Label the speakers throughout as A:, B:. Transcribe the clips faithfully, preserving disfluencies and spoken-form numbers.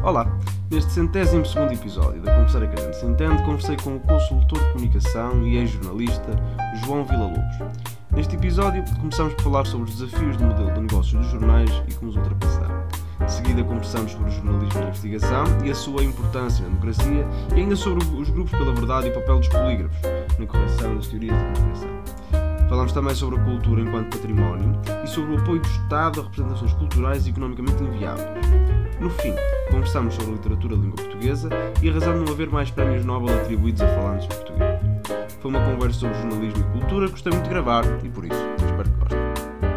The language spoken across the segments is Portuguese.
A: Olá, neste centésimo segundo episódio da Conversar é que a gente se entende, conversei com o consultor de comunicação e ex-jornalista João Villa-Lobos. Neste episódio começamos por falar sobre os desafios do modelo de negócio dos jornais e como os ultrapassar. De seguida conversamos sobre o jornalismo de investigação e a sua importância na democracia e ainda sobre os grupos pela verdade e o papel dos polígrafos na correção das teorias da conspiração. Falamos também sobre a cultura enquanto património e sobre o apoio do Estado a representações culturais e economicamente inviáveis. No fim, conversamos sobre a literatura de língua portuguesa e a razão de não haver mais prémios Nobel atribuídos a falantes portugueses. Foi uma conversa sobre jornalismo e cultura que gostei muito de gravar e por isso espero que gostem.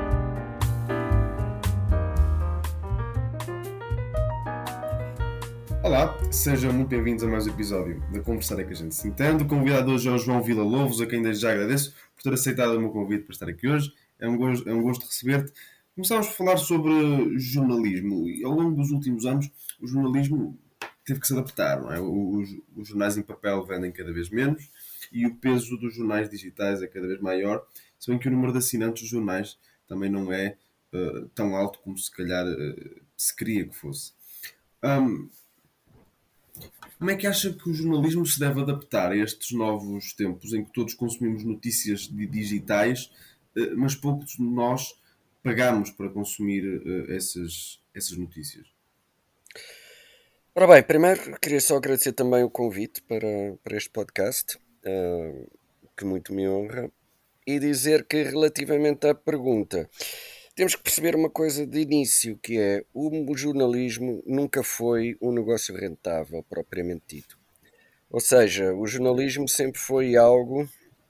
A: Olá, sejam muito bem-vindos a mais um episódio da Conversar é que a gente se entende. O convidado hoje é o João Villa-Lobos, a quem desde já agradeço por ter aceitado o meu convite para estar aqui hoje. É um gosto, é um gosto receber-te. Começámos a falar sobre jornalismo e ao longo dos últimos anos o jornalismo teve que se adaptar, não é? Os, os jornais em papel vendem cada vez menos e o peso dos jornais digitais é cada vez maior, se bem que o número de assinantes dos jornais também não é uh, tão alto como se calhar uh, se queria que fosse. Um, como é que acha que o jornalismo se deve adaptar a estes novos tempos em que todos consumimos notícias digitais, uh, mas poucos de nós pagamos para consumir uh, essas, essas notícias?
B: Ora bem, primeiro queria só agradecer também o convite para, para este podcast, uh, que muito me honra, e dizer que relativamente à pergunta, temos que perceber uma coisa de início, que é o jornalismo nunca foi um negócio rentável, propriamente dito. Ou seja, o jornalismo sempre foi algo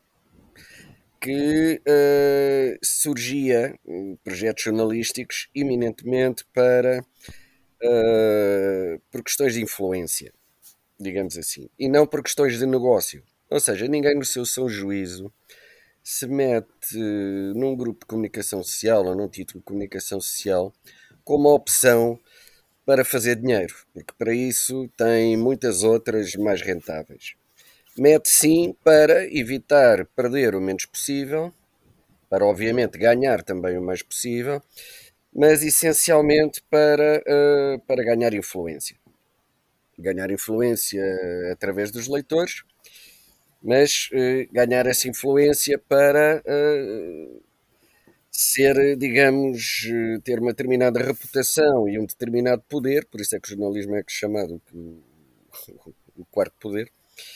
B: que uh, surgia, projetos jornalísticos, eminentemente para... Uh, por questões de influência, digamos assim, e não por questões de negócio. Ou seja, ninguém no seu são juízo se mete uh, num grupo de comunicação social ou num título de comunicação social como uma opção para fazer dinheiro, porque para isso tem muitas outras mais rentáveis. Mete sim para evitar perder o menos possível, para obviamente ganhar também o mais possível, mas essencialmente para, uh, para ganhar influência. Ganhar influência através dos leitores, mas uh, ganhar essa influência para uh, ser, digamos, uh, ter uma determinada reputação e um determinado poder, por isso é que o jornalismo é chamado o, o quarto poder,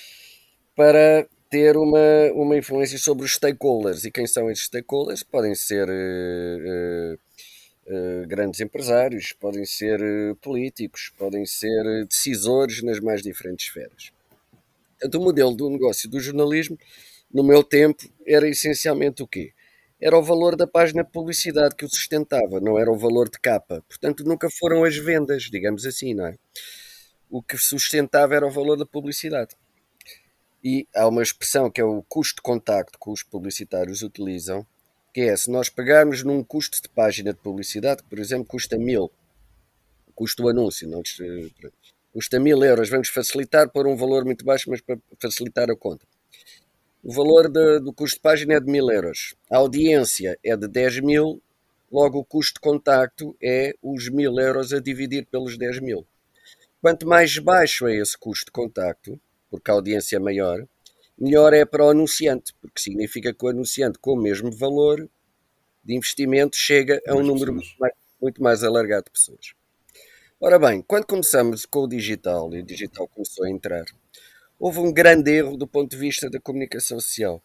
B: para ter uma, uma influência sobre os stakeholders. E quem são esses stakeholders? Podem ser... Uh, uh, Uh, grandes empresários, podem ser uh, políticos, podem ser uh, decisores nas mais diferentes esferas. Portanto, o modelo do negócio do jornalismo, no meu tempo, era essencialmente o quê? Era o valor da página de publicidade que o sustentava, não era o valor de capa. Portanto, nunca foram as vendas, digamos assim, não é? O que sustentava era o valor da publicidade. E há uma expressão que é o custo de contacto que os publicitários utilizam, que é, se nós pegarmos num custo de página de publicidade, que, por exemplo, custa mil, custa o anúncio, não, custa mil euros, vamos facilitar por um valor muito baixo, mas para facilitar a conta. O valor de, do custo de página é de mil euros. A audiência é de dez mil, logo o custo de contacto é os mil euros a dividir pelos dez mil. Quanto mais baixo é esse custo de contacto, porque a audiência é maior, melhor é para o anunciante, porque significa que o anunciante com o mesmo valor de investimento chega a um mais número muito mais, muito mais alargado de pessoas. Ora bem, quando começamos com o digital, e o digital começou a entrar, houve um grande erro do ponto de vista da comunicação social.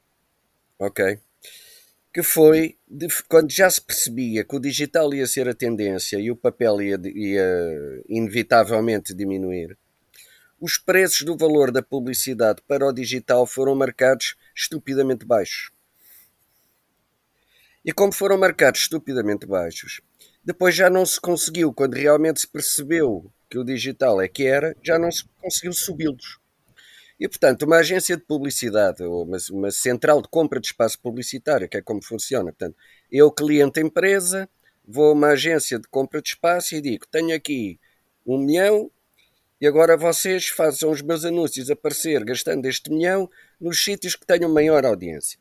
B: Ok? Que foi, de, quando já se percebia que o digital ia ser a tendência e o papel ia, ia inevitavelmente diminuir, os preços do valor da publicidade para o digital foram marcados estupidamente baixos. E como foram marcados estupidamente baixos, depois já não se conseguiu, quando realmente se percebeu que o digital é que era, já não se conseguiu subi-los. E, portanto, uma agência de publicidade, ou uma, uma central de compra de espaço publicitário, que é como funciona. Portanto, eu, cliente empresa, vou a uma agência de compra de espaço e digo, tenho aqui um milhão, e agora vocês façam os meus anúncios aparecer gastando este milhão nos sítios que tenham maior audiência.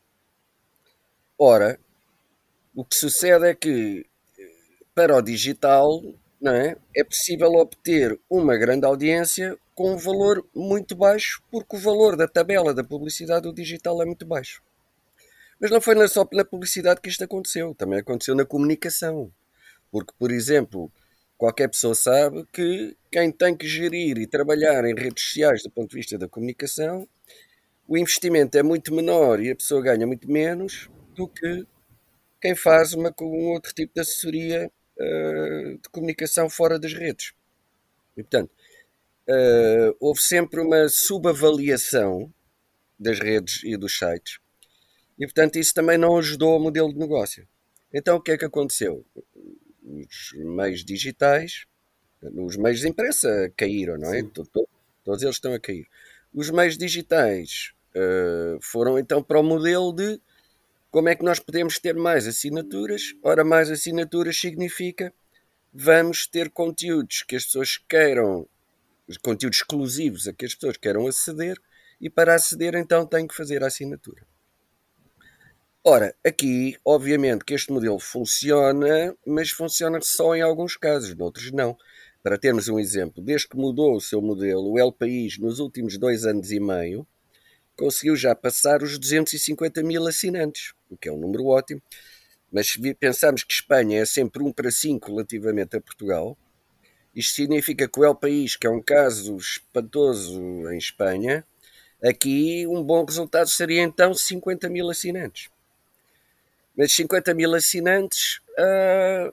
B: Ora, o que sucede é que para o digital não é? É possível obter uma grande audiência com um valor muito baixo, porque o valor da tabela da publicidade do digital é muito baixo. Mas não foi só na publicidade que isto aconteceu, também aconteceu na comunicação. Porque, por exemplo, qualquer pessoa sabe que quem tem que gerir e trabalhar em redes sociais do ponto de vista da comunicação, o investimento é muito menor e a pessoa ganha muito menos do que quem faz uma, um outro tipo de assessoria uh, de comunicação fora das redes. E, portanto, uh, houve sempre uma subavaliação das redes e dos sites. E, portanto, isso também não ajudou ao modelo de negócio. Então, o que é que aconteceu? Os meios digitais, os meios de imprensa caíram, não é?
A: Sim.
B: Todos eles estão a cair. Os meios digitais uh, foram então para o modelo de como é que nós podemos ter mais assinaturas. Ora, mais assinaturas significa vamos ter conteúdos que as pessoas queiram, conteúdos exclusivos a que as pessoas queiram aceder, e para aceder então têm que fazer a assinatura. Ora, aqui, obviamente que este modelo funciona, mas funciona só em alguns casos, noutros não. Para termos um exemplo, desde que mudou o seu modelo, o El País, nos últimos dois anos e meio, conseguiu já passar os duzentos e cinquenta mil assinantes, o que é um número ótimo. Mas se pensarmos que Espanha é sempre um para cinco relativamente a Portugal, isto significa que o El País, que é um caso espantoso em Espanha, aqui um bom resultado seria então cinquenta mil assinantes. Mas cinquenta mil assinantes, uh,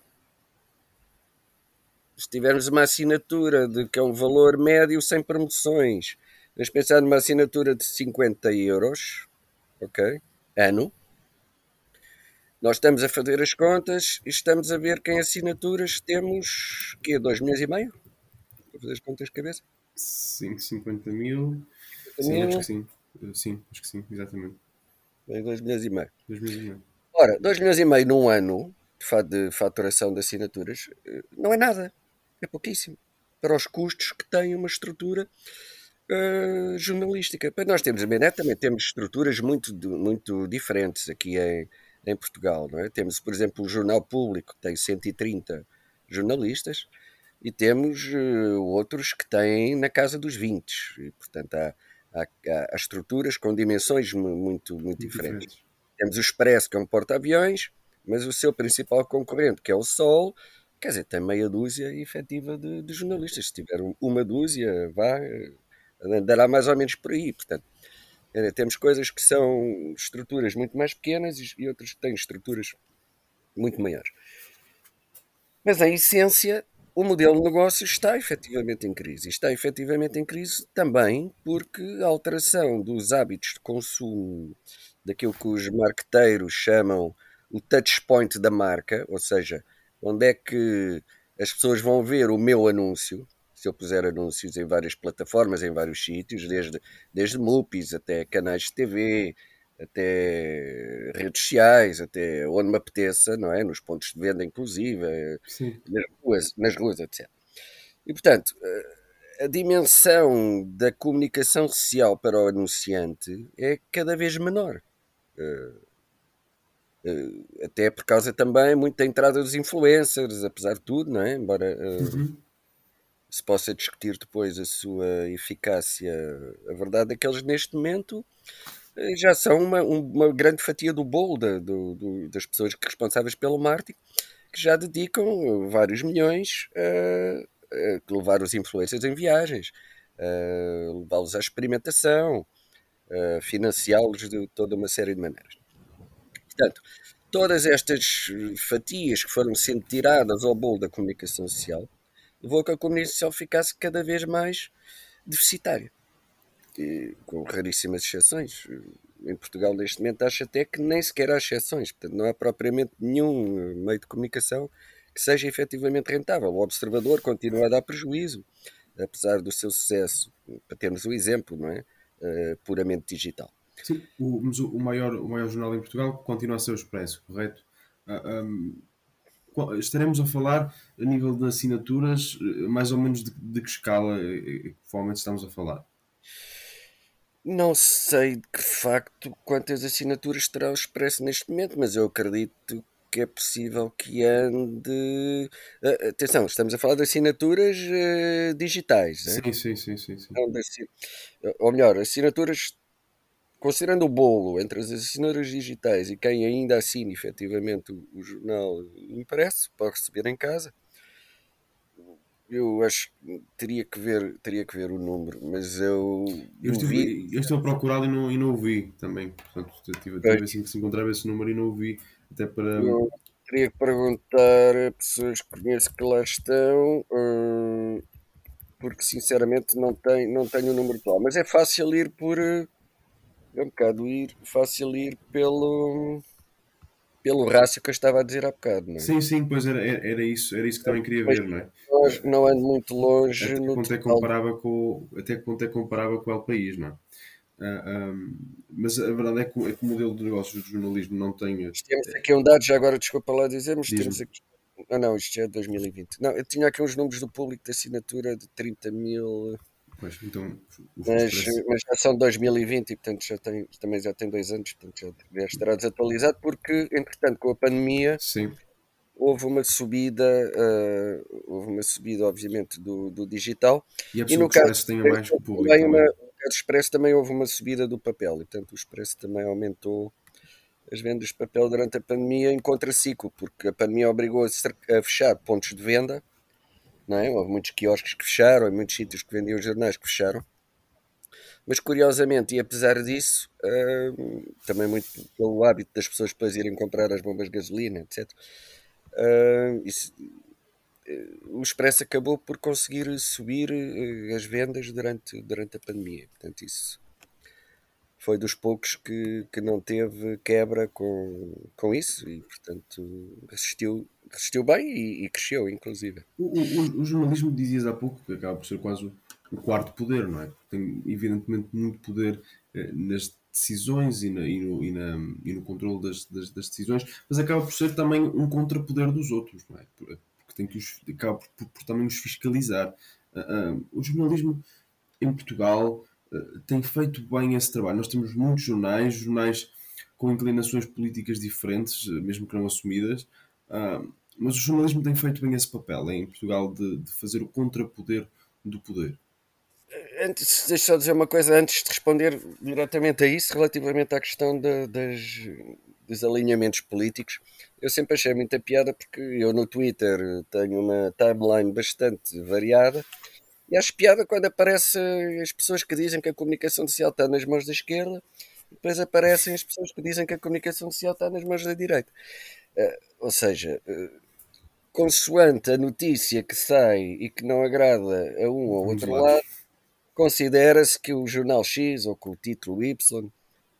B: se tivermos uma assinatura de que é um valor médio sem promoções, vamos pensar numa assinatura de cinquenta euros, ok, ano, nós estamos a fazer as contas e estamos a ver que em assinaturas temos, que é dois milhões e meio? Para fazer as contas de cabeça?
A: Sim, cinquenta mil.
B: cinquenta
A: Sim, acho que
B: mil,
A: sim. Sim, acho que sim, exatamente.
B: dois milhões e meio.
A: dois milhões e meio.
B: Ora, dois milhões e meio num ano de faturação de assinaturas não é nada. É pouquíssimo. Para os custos que tem uma estrutura uh, jornalística. Nós temos a Menet, também temos estruturas muito, muito diferentes aqui em, em Portugal. Não é? Temos, por exemplo, o Jornal Público, que tem cento e trinta jornalistas, e temos uh, outros que têm na casa dos vinte. E, portanto, há, há, há estruturas com dimensões muito, muito,
A: Muito
B: diferentes.
A: diferentes.
B: Temos o Expresso, que é um porta-aviões, mas o seu principal concorrente, que é o Sol, quer dizer, tem meia dúzia efetiva de, de jornalistas. Se tiver uma dúzia, vá, andará mais ou menos por aí. Portanto, temos coisas que são estruturas muito mais pequenas e outras que têm estruturas muito maiores. Mas, em essência, o modelo de negócio está efetivamente em crise. E está efetivamente em crise também porque a alteração dos hábitos de consumo, daquilo que os marqueteiros chamam o touch point da marca, ou seja, onde é que as pessoas vão ver o meu anúncio, se eu puser anúncios em várias plataformas, em vários sítios, desde, desde MUPIs até canais de T V, até redes sociais, até onde me apeteça, não é? Nos pontos de venda, inclusive,
A: Sim.
B: nas ruas, nas ruas, etcétera. E, portanto, a dimensão da comunicação social para o anunciante é cada vez menor. Até por causa também muito da entrada dos influencers, apesar de tudo, não é? Embora
A: Uhum.
B: se possa discutir depois a sua eficácia, a verdade é que eles neste momento já são uma, uma grande fatia do bolo da, do, do, das pessoas responsáveis pelo marketing, que já dedicam vários milhões a, a levar os influencers em viagens, a levá-los à experimentação, a financiá-los de toda uma série de maneiras. Portanto, todas estas fatias que foram sendo tiradas ao bolo da comunicação social levou a que a comunicação social ficasse cada vez mais deficitária. E, com raríssimas exceções. Em Portugal, neste momento, acho até que nem sequer há exceções. Portanto, não há propriamente nenhum meio de comunicação que seja efetivamente rentável. O Observador continua a dar prejuízo, apesar do seu sucesso, para termos o exemplo, não é? Uh, puramente digital.
A: Sim, o, mas o, o maior, o maior jornal em Portugal continua a ser o Expresso, correto? Ah, um, estaremos a falar, a nível de assinaturas, mais ou menos de, de que escala que provavelmente estamos a falar?
B: Não sei de que facto quantas assinaturas terá o Expresso neste momento, mas eu acredito que é possível que ande. Uh, atenção, estamos a falar de assinaturas uh, digitais, né?
A: Sim, sim, sim, sim, sim.
B: Não de assi- Ou melhor, assinaturas, considerando o bolo entre as assinaturas digitais e quem ainda assina efetivamente o, o jornal impresso para receber em casa. Eu acho que teria que ver, teria que ver o número, mas eu
A: Eu
B: duvido.
A: estive, eu estive a procurá-lo e não, e não o vi também. Portanto, eu tive, tive assim que se encontrava esse número e não o vi. Até para.
B: Eu teria que perguntar a pessoas que conheço que lá estão, hum, porque sinceramente não tenho, não tenho o número atual. Mas é fácil ir por. eh, É um bocado ir, fácil ir pelo, pelo rácio que eu estava a dizer há bocado, não é?
A: Sim, sim, pois era, era, era isso, era isso que também queria
B: Mas
A: ver, não é?
B: nós
A: Ah,
B: não ando muito longe
A: até que
B: no
A: ponto é que
B: total.
A: comparava com, até que ponto é que comparava com o El País, não é? Ah, ah, mas a verdade é que, o- é que o modelo de negócios do jornalismo não tem.
B: Mas temos aqui um dado, já agora desculpa lá dizer, mas temos
A: Diz-me.
B: aqui. Ah, não, isto já é dois mil e vinte. Não, eu tinha aqui uns números do público de assinatura de trinta mil.
A: Pois, então, o, o
B: Mas,
A: Expresso.
B: mas já são dois mil e vinte e portanto já tem, também já tem dois anos, portanto já deve estar desatualizado, porque entretanto com a pandemia
A: Sim.
B: houve uma subida, eh, houve uma subida obviamente do, do digital,
A: E é
B: e
A: possível
B: no
A: que o
B: caso do
A: Expresso tenha
B: Expresso
A: mais
B: houve
A: público
B: também uma,
A: também.
B: no caso do Expresso também houve uma subida do papel, e portanto o Expresso também aumentou as vendas de papel durante a pandemia em contraciclo, porque a pandemia obrigou a, cer- a fechar pontos de venda, não é? Houve muitos quiosques que fecharam, e muitos sítios que vendiam jornais que fecharam. Mas curiosamente, e apesar disso, hum, também muito pelo hábito das pessoas depois irem comprar as bombas de gasolina, etcétera, hum, isso- o Expresso acabou por conseguir subir eh, as vendas durante, durante a pandemia. Portanto, isso foi dos poucos que, que não teve quebra com, com isso e, portanto, resistiu, resistiu bem e, e cresceu, inclusive.
A: O, o, o jornalismo, dizias há pouco, que acaba por ser quase o, o quarto poder, não é? Tem, evidentemente, muito poder eh, nas decisões e, na, e, no, e, na, e no controle das, das, das decisões, mas acaba por ser também um contrapoder dos outros, não é? Porque tem que os, acaba por, por, por também os fiscalizar. Uh, uh, o jornalismo em Portugal uh, tem feito bem esse trabalho. Nós temos muitos jornais, jornais com inclinações políticas diferentes, uh, mesmo que não assumidas, uh, mas o jornalismo tem feito bem esse papel em Portugal de, de fazer o contrapoder do poder.
B: Antes, deixa só dizer uma coisa antes de responder diretamente a isso, relativamente à questão da- das, dos alinhamentos políticos. Eu sempre achei muita piada porque eu no Twitter tenho uma timeline bastante variada e acho piada quando aparecem as pessoas que dizem que a comunicação social está nas mãos da esquerda e depois aparecem as pessoas que dizem que a comunicação social está nas mãos da direita. Eh, ou seja, eh, consoante a notícia que sai e que não agrada a um ou
A: Vamos
B: outro
A: lá.
B: lado, considera-se que o jornal X ou que o título Y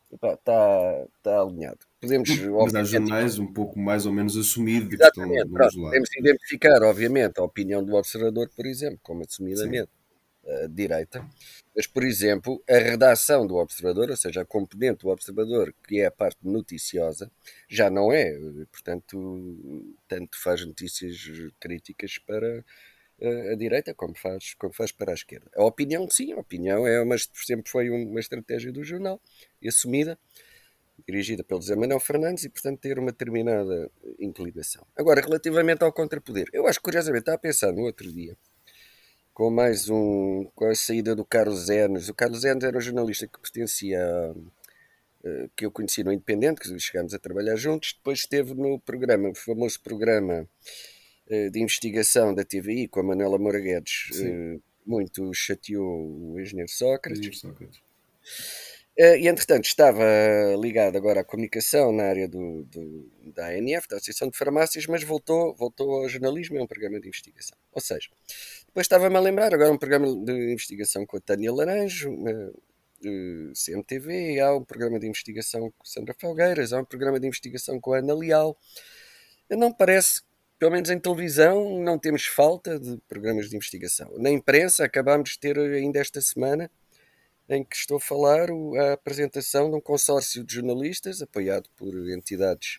B: está, está alinhado. Podemos,
A: Mas há
B: obviamente,
A: jornais um pouco mais ou menos assumido de que estão
B: exatamente,
A: de um
B: pronto,
A: dos lados.
B: podemos identificar, obviamente, a opinião do observador, por exemplo, como
A: Sim.
B: assumidamente a direita, mas, por exemplo, a redação do observador, ou seja, a componente do observador, que é a parte noticiosa, já não é, portanto, tanto faz notícias críticas para a, a direita como faz, como faz para a esquerda. A opinião, sim, a opinião é, mas sempre foi uma estratégia do jornal, e assumida, dirigida pelo José Manuel Fernandes e, portanto, ter uma determinada inclinação. Agora, relativamente ao contrapoder, eu acho que, curiosamente, estava a pensar no outro dia, com mais um, com a saída do Carlos Enes. O Carlos Enes era um jornalista que pertencia a, que eu conheci no Independente, que chegámos a trabalhar juntos, depois esteve no programa, o famoso programa eh, de investigação da T V I com a Manuela Moura Guedes,
A: Sim.
B: eh, muito chateou o engenheiro
A: Engenheiro
B: Sócrates.
A: Sócrates.
B: Eh, E, entretanto, estava ligado agora à comunicação na área do, do- da A N F, da Associação de Farmácias, mas voltou, voltou ao jornalismo, é um programa de investigação. Ou seja, depois estava-me a lembrar, agora um programa de investigação com a Tânia Laranjo, eh, de C M T V, há um programa de investigação com Sandra Felgueiras, há um programa de investigação com a Ana Leal. Não parece, pelo menos em televisão, não temos falta de programas de investigação. Na imprensa, acabámos de ter ainda esta semana, em que estou a falar o- a apresentação de um consórcio de jornalistas, apoiado por entidades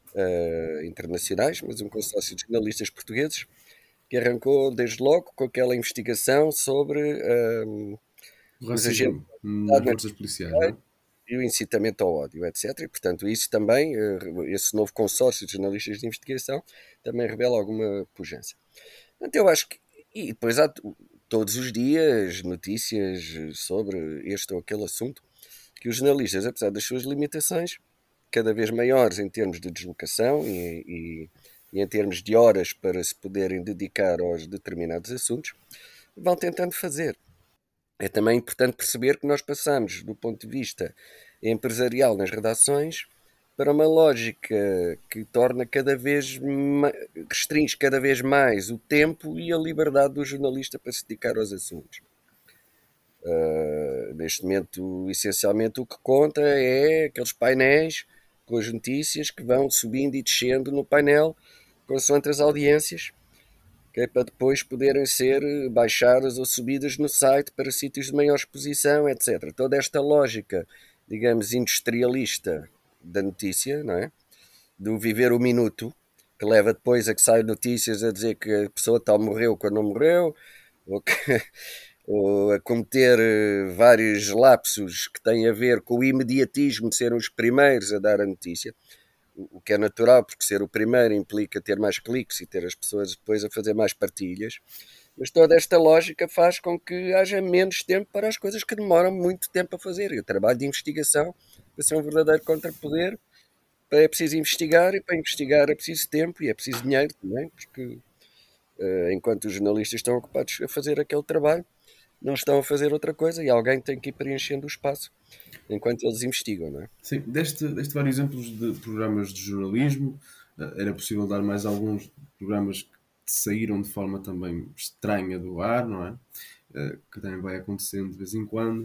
B: eh, internacionais, mas um consórcio de jornalistas portugueses, que arrancou desde logo com aquela investigação sobre ehm,
A: O
B: os agentes
A: racismo
B: da
A: nas
B: Estado,
A: forças policiais, não é?
B: e o incitamento ao ódio, etcétera. E, portanto, isso também, esse novo consórcio de jornalistas de investigação, também revela alguma pujança. Portanto, eu acho que. E depois há todos os dias notícias sobre este ou aquele assunto que os jornalistas, apesar das suas limitações, cada vez maiores em termos de deslocação e, e, e em termos de horas para se poderem dedicar aos determinados assuntos, vão tentando fazer. É também importante perceber que nós passamos, do ponto de vista empresarial nas redações, para uma lógica que torna cada vez mais, restringe cada vez mais o tempo e a liberdade do jornalista para se dedicar aos assuntos. Uh, neste momento, essencialmente, o que conta é aqueles painéis com as notícias que vão subindo e descendo no painel consoante as audiências, que é para depois poderem ser baixadas ou subidas no site para sítios de maior exposição, etcétera. Toda esta lógica, digamos, industrialista da notícia, não é? Do viver o minuto, que leva depois a que saiam notícias a dizer que a pessoa tal morreu quando não morreu, ou, que, ou a cometer vários lapsos que têm a ver com o imediatismo de serem os primeiros a dar a notícia, o que é natural, porque ser o primeiro implica ter mais cliques e ter as pessoas depois a fazer mais partilhas. Mas toda esta lógica faz com que haja menos tempo para as coisas que demoram muito tempo a fazer. E o trabalho de investigação, para ser um verdadeiro contrapoder, é preciso investigar, e para investigar é preciso tempo e é preciso dinheiro também, porque uh, enquanto os jornalistas estão ocupados a fazer aquele trabalho, não estão a fazer outra coisa e alguém tem que ir preenchendo o espaço enquanto eles investigam, não é?
A: Sim, deste, deste vários exemplos de programas de jornalismo. Era possível dar mais alguns programas que saíram de forma também estranha do ar, não é? Que também vai acontecendo de vez em quando.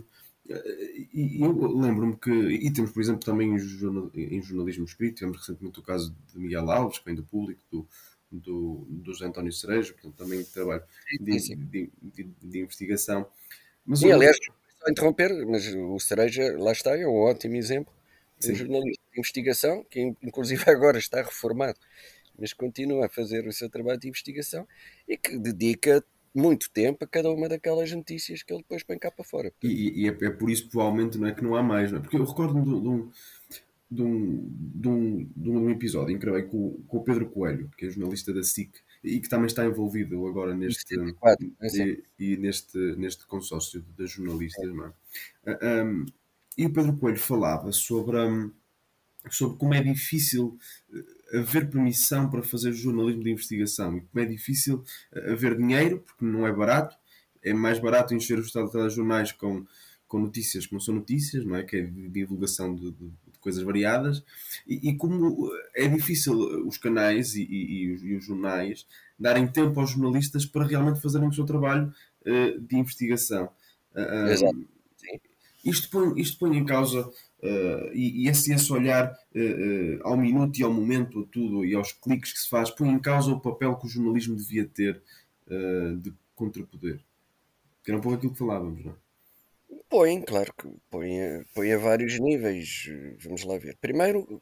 A: E eu lembro-me que, e temos por exemplo também em jornalismo escrito, temos recentemente o caso de Miguel Alves, que vem do Público, do, do, do José António Cerejo, portanto também trabalho de,
B: sim, sim.
A: de, de, de investigação. Mas
B: sim,
A: eu...
B: aliás, só interromper, mas o Cereja, lá está, é um ótimo exemplo. É um
A: Sim.
B: jornalista de investigação, que inclusive agora está reformado, mas continua a fazer o seu trabalho de investigação e que dedica muito tempo a cada uma daquelas notícias que ele depois põe cá para fora.
A: E, e é, é por isso provavelmente não é que não há mais, não é? Porque eu recordo-me de, de, um, de, um, de, um, de um episódio em que gravei com, com o Pedro Coelho, que é jornalista da S I C e que também está envolvido agora neste,
B: setenta e quatro, é assim.
A: e, e neste, neste consórcio das jornalistas, não é? Um, e o Pedro Coelho falava sobre, um, sobre como é difícil haver permissão para fazer jornalismo de investigação e como é difícil haver dinheiro, porque não é barato. É mais barato encher os telejornais com, com notícias que não são notícias, não é? Que é de divulgação de, de, de coisas variadas. E, e como é difícil os canais e, e, e, os, e os jornais darem tempo aos jornalistas para realmente fazerem o seu trabalho uh, de investigação. Uh,
B: Exato.
A: um, isto, põe, isto põe em causa uh, e, e esse, esse olhar uh, uh, ao minuto e ao momento, a tudo, e aos cliques que se faz, põe em causa o papel que o jornalismo devia ter uh, de contrapoder. Que era um pouco aquilo que falávamos, não é?
B: Põe, claro que põe, a- põe a vários níveis. Vamos lá ver. Primeiro,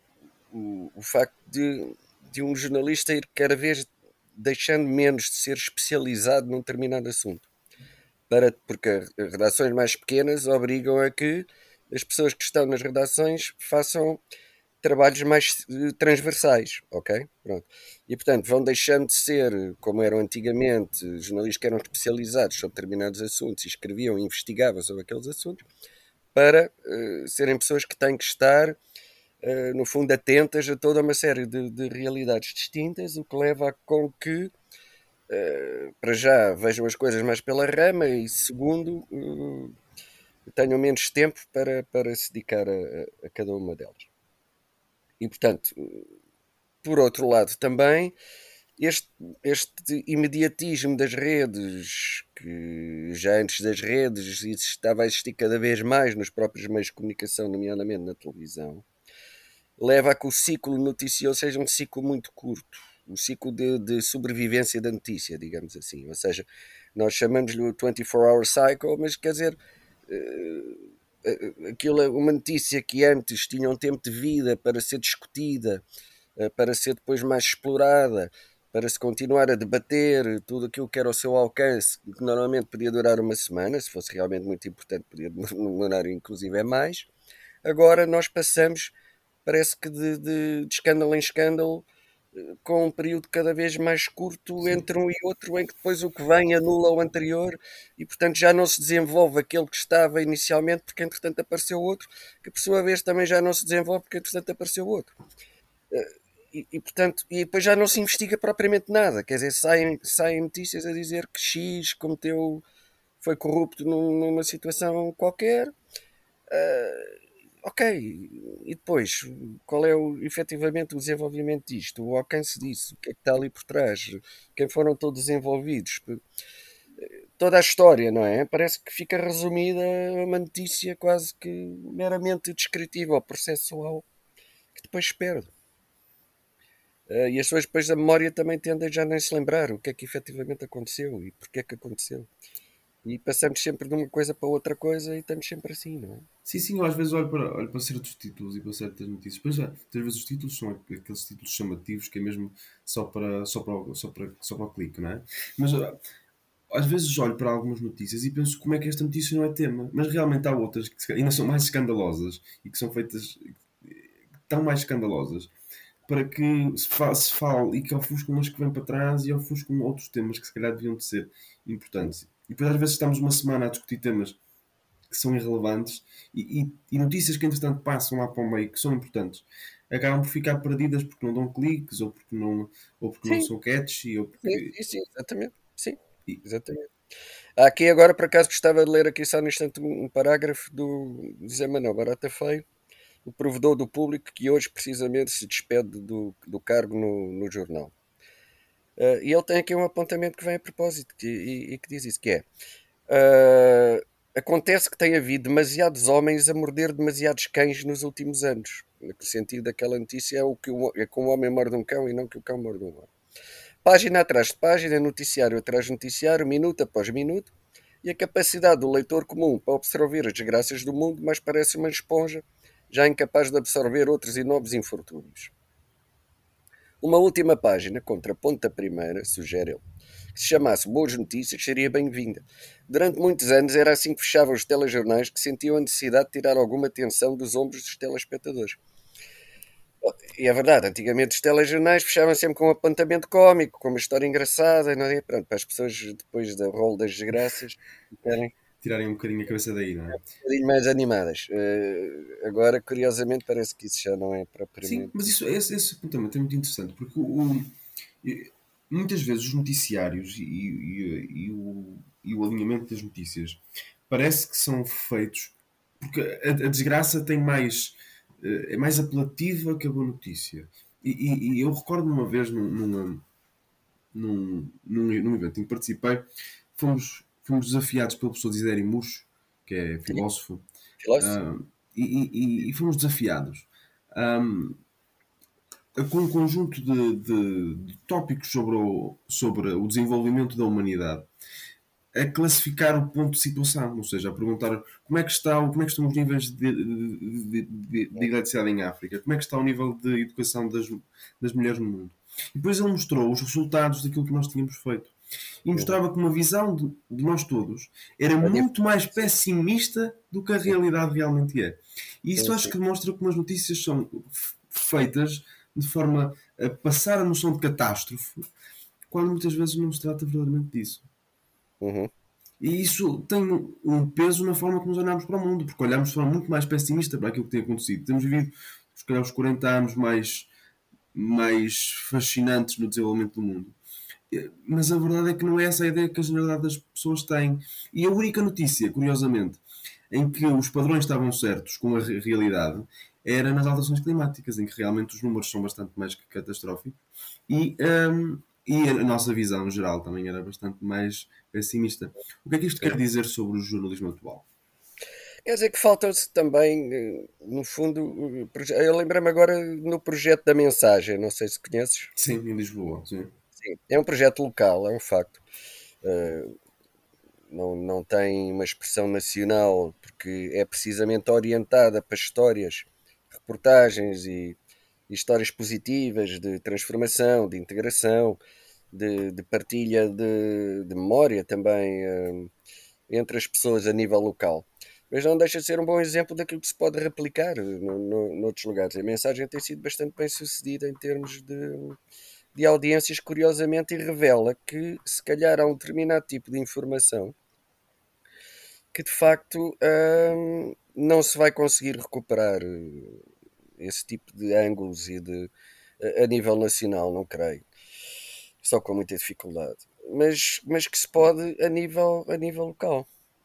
B: o, o facto de, de um jornalista ir cada vez deixando menos de ser especializado num determinado assunto. Para, porque as redações mais pequenas obrigam a que as pessoas que estão nas redações façam trabalhos mais uh, transversais, ok? Pronto. E, portanto, vão deixando de ser, como eram antigamente, jornalistas que eram especializados sobre determinados assuntos e escreviam e investigavam sobre aqueles assuntos, para uh, serem pessoas que têm que estar, uh, no fundo, atentas a toda uma série de, de realidades distintas, o que leva a com que, uh, para já, vejam as coisas mais pela rama e, segundo, uh, tenham menos tempo para, para se dedicar a, a cada uma delas. E, portanto, por outro lado também, este, este imediatismo das redes, que já antes das redes estava a existir cada vez mais nos próprios meios de comunicação, nomeadamente na televisão, leva a que o ciclo noticioso seja um ciclo muito curto. O ciclo de, de sobrevivência da notícia, digamos assim. Ou seja, nós chamamos-lhe o vinte e quatro hour cycle, mas quer dizer... Uh, aquilo, uma notícia que antes tinha um tempo de vida para ser discutida, para ser depois mais explorada, para se continuar a debater tudo aquilo que era ao seu alcance, que normalmente podia durar uma semana, se fosse realmente muito importante podia demorar inclusive é mais, agora nós passamos, parece que de, de, de escândalo em escândalo, com um período cada vez mais curto
A: Sim.
B: entre um e outro, em que depois o que vem anula o anterior e, portanto, já não se desenvolve aquele que estava inicialmente, porque entretanto apareceu outro, que por sua vez também já não se desenvolve, porque entretanto apareceu outro. E, e, portanto, e depois já não se investiga propriamente nada, quer dizer, saem, saem notícias a dizer que X cometeu, foi corrupto num- numa situação qualquer. Ok, e depois, qual é o, efetivamente o desenvolvimento disto? O alcance disso? O que é que está ali por trás? Quem foram todos envolvidos? Toda a história, não é? Parece que fica resumida a uma notícia quase que meramente descritiva ou processual, que depois se perde. Eh, E as pessoas depois da memória também tendem já nem se lembrar o que é que efetivamente aconteceu e porque é que aconteceu. E passamos sempre de uma coisa para outra coisa e estamos sempre assim, não é?
A: Sim, sim, eu às vezes olho para, olho para certos títulos e para certas notícias. Pois já, muitas vezes os títulos são aqueles títulos chamativos que é mesmo só para, só para, o- só para, só para o clique, não é? Mas ah, às vezes olho para algumas notícias e penso como é que esta notícia não é tema. Mas realmente há outras que se calhar ainda são mais escandalosas e que são feitas tão mais escandalosas para que se, fa se fale e que ofuscam umas que vêm para trás e ofuscam outros temas que se calhar deviam de ser importantes. E depois às vezes estamos uma semana a discutir temas que são irrelevantes e, e, e notícias que entretanto passam lá para o meio que são importantes acabam por ficar perdidas porque não dão cliques ou porque não, ou porque não
B: Sim,
A: são catchy ou
B: sim,
A: porque.
B: sim, sim, exatamente. Sim,
A: E,
B: exatamente. Há aqui agora, por acaso, gostava de ler aqui só no instante um um parágrafo do José Manuel Barata Feio, o provedor do público que hoje precisamente se despede do, do cargo no, no jornal. Ah, e ele tem aqui um apontamento que vem a propósito que- e, e que diz isso, que é ah, acontece que tem havido demasiados homens a morder demasiados cães nos últimos anos. No sentido daquela notícia é, o que o, é que um homem morde um cão e não que o cão morde um homem. Página atrás de página, noticiário atrás de noticiário, minuto após minuto, e a capacidade do leitor comum para absorver as desgraças do mundo mais parece uma esponja, já incapaz de absorver outros e novos infortúnios. Uma última página, contraponto da primeira, sugere ele, que se chamasse Boas Notícias, seria bem-vinda. Durante muitos anos era assim que fechavam os telejornais, que sentiam a necessidade de tirar alguma atenção dos ombros dos telespectadores. E é verdade, antigamente os telejornais fechavam sempre com um apontamento cómico, com uma história engraçada, não é? Pronto, para as pessoas depois do rol das desgraças ficarem
A: tirarem um bocadinho a cabeça daí, não é?
B: um bocadinho mais animadas. Eh, agora, curiosamente, parece que isso já não é
A: Sim,
B: propriamente.
A: mas isso, esse, esse apontamento é muito interessante porque o, o- e- muitas vezes os noticiários e, e- e o, e o alinhamento das notícias parece que são feitos porque a, a desgraça tem mais eh, é mais apelativa que a boa notícia. E, e- e eu recordo-me uma vez num, numa- num, num, num evento em que participei, fomos, fomos desafiados pelo professor Desidério Muxo, que é
B: Sim,
A: filósofo,
B: filósofo,
A: ah, e, e- e fomos desafiados um, com um conjunto de, de- de tópicos sobre o, sobre o desenvolvimento da humanidade a classificar o ponto de situação, ou seja, a perguntar como é que, está, como é que estão os níveis de, de, de, de eletricidade em África, como é que está o nível de educação das, das mulheres no mundo. E depois ele mostrou os resultados daquilo que nós tínhamos feito. E
B: uhum.
A: mostrava que uma visão de, de nós todos era
B: É
A: muito mais
B: diferente.
A: pessimista do que a
B: Sim,
A: realidade realmente é. E isso
B: sim,
A: acho
B: sim.
A: que demonstra como as notícias são feitas de forma a passar a noção de catástrofe, quando muitas vezes não se trata verdadeiramente disso.
B: Uhum.
A: E isso tem um peso na forma como nós olhamos para o mundo, porque olhamos de forma muito mais pessimista para aquilo que tem acontecido. Temos vivido, se calhar, os quarenta anos mais, mais fascinantes no desenvolvimento do mundo. Mas a verdade é que não é essa a ideia que a generalidade das pessoas tem. E a única notícia, curiosamente, em que os padrões estavam certos com a realidade era nas alterações climáticas, em que realmente os números são bastante mais catastróficos e, hum, e a nossa visão geral também era bastante mais pessimista. O que é que isto quer dizer sobre o jornalismo atual?
B: Quer dizer que falta-se também, eh, no fundo, eh, proje- eu lembro-me agora no projeto da mensagem, não sei se conheces.
A: Sim, em Lisboa, sim.
B: Sim, é um projeto local, é um facto. Eh, não, não tem uma expressão nacional, porque é precisamente orientada para histórias, reportagens e, e histórias positivas de transformação, de integração, de, de partilha de, de memória também, eh, entre as pessoas a nível local. mas não deixa de ser um bom exemplo daquilo que se pode replicar no, no, noutros lugares. A mensagem tem sido bastante bem sucedida em termos de, de audiências, curiosamente, e revela que se calhar há um determinado tipo de informação que de facto hum, não se vai conseguir recuperar eh, esse tipo de ângulos e de a a nível nacional, não creio. Só com muita dificuldade. Mas, mas que se pode a nível, a nível local.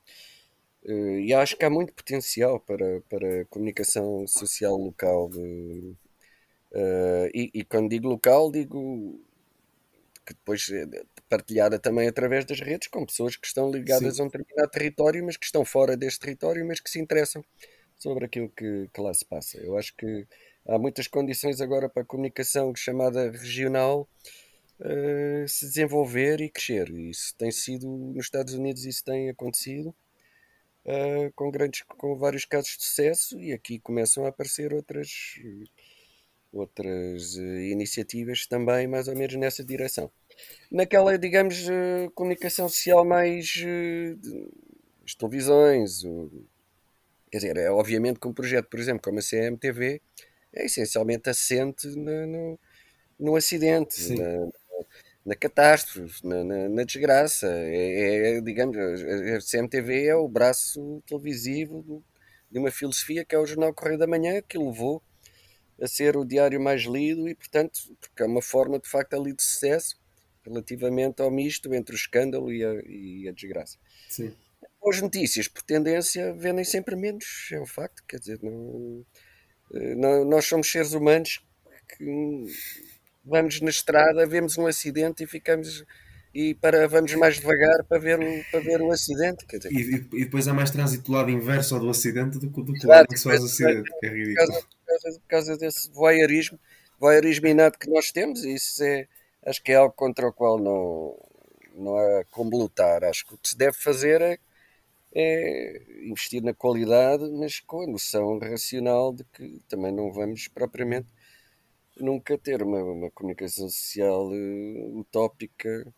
B: Eh, E acho que há muito potencial para, para a comunicação social local. de- eh, e, e quando digo local, digo que depois é partilhada também através das redes com pessoas que estão ligadas
A: Sim.
B: a um determinado território, mas que estão fora deste território, mas que se interessam sobre aquilo que, que lá se passa. Eu acho que há muitas condições agora para a comunicação chamada regional eh, se desenvolver e crescer. E isso tem sido, nos Estados Unidos isso tem acontecido, eh, com grandes, com vários casos de sucesso, e aqui começam a aparecer outras, outras eh, iniciativas também mais ou menos nessa direção. Naquela, digamos, eh, comunicação social mais eh, de- as televisões, o- quer dizer, é obviamente que um projeto, por exemplo, como a C M T V, é essencialmente assente na- no, no acidente,
A: Sim.
B: na, na catástrofe, na, na- na desgraça. É, é, digamos, a a C M T V é o braço televisivo do- de uma filosofia que é o Jornal Correio da Manhã, que levou a ser o diário mais lido e, portanto, porque é uma forma de facto ali de sucesso relativamente ao misto entre o escândalo e a, e a desgraça.
A: Sim.
B: As notícias, por tendência, vendem sempre menos, é um facto, quer dizer, não, eh, nó- nós somos seres humanos que vamos na estrada, vemos um acidente e ficamos e para, vamos mais devagar para ver o, para ver o acidente, quer dizer,
A: E, e- e depois há mais trânsito do lado inverso ao do acidente do, que- do que o lado
B: exato,
A: em
B: e
A: que se
B: depois,
A: faz o acidente, que é
B: por
A: ridículo.
B: causa, por causa, por causa desse voyeurismo, voyeurismo inato que nós temos, e isso é, acho que é algo contra o qual não, não há como lutar. Acho que o que se deve fazer é, é investir na qualidade, mas com a noção racional de que também não vamos propriamente nunca ter uma, uma comunicação social eh, utópica,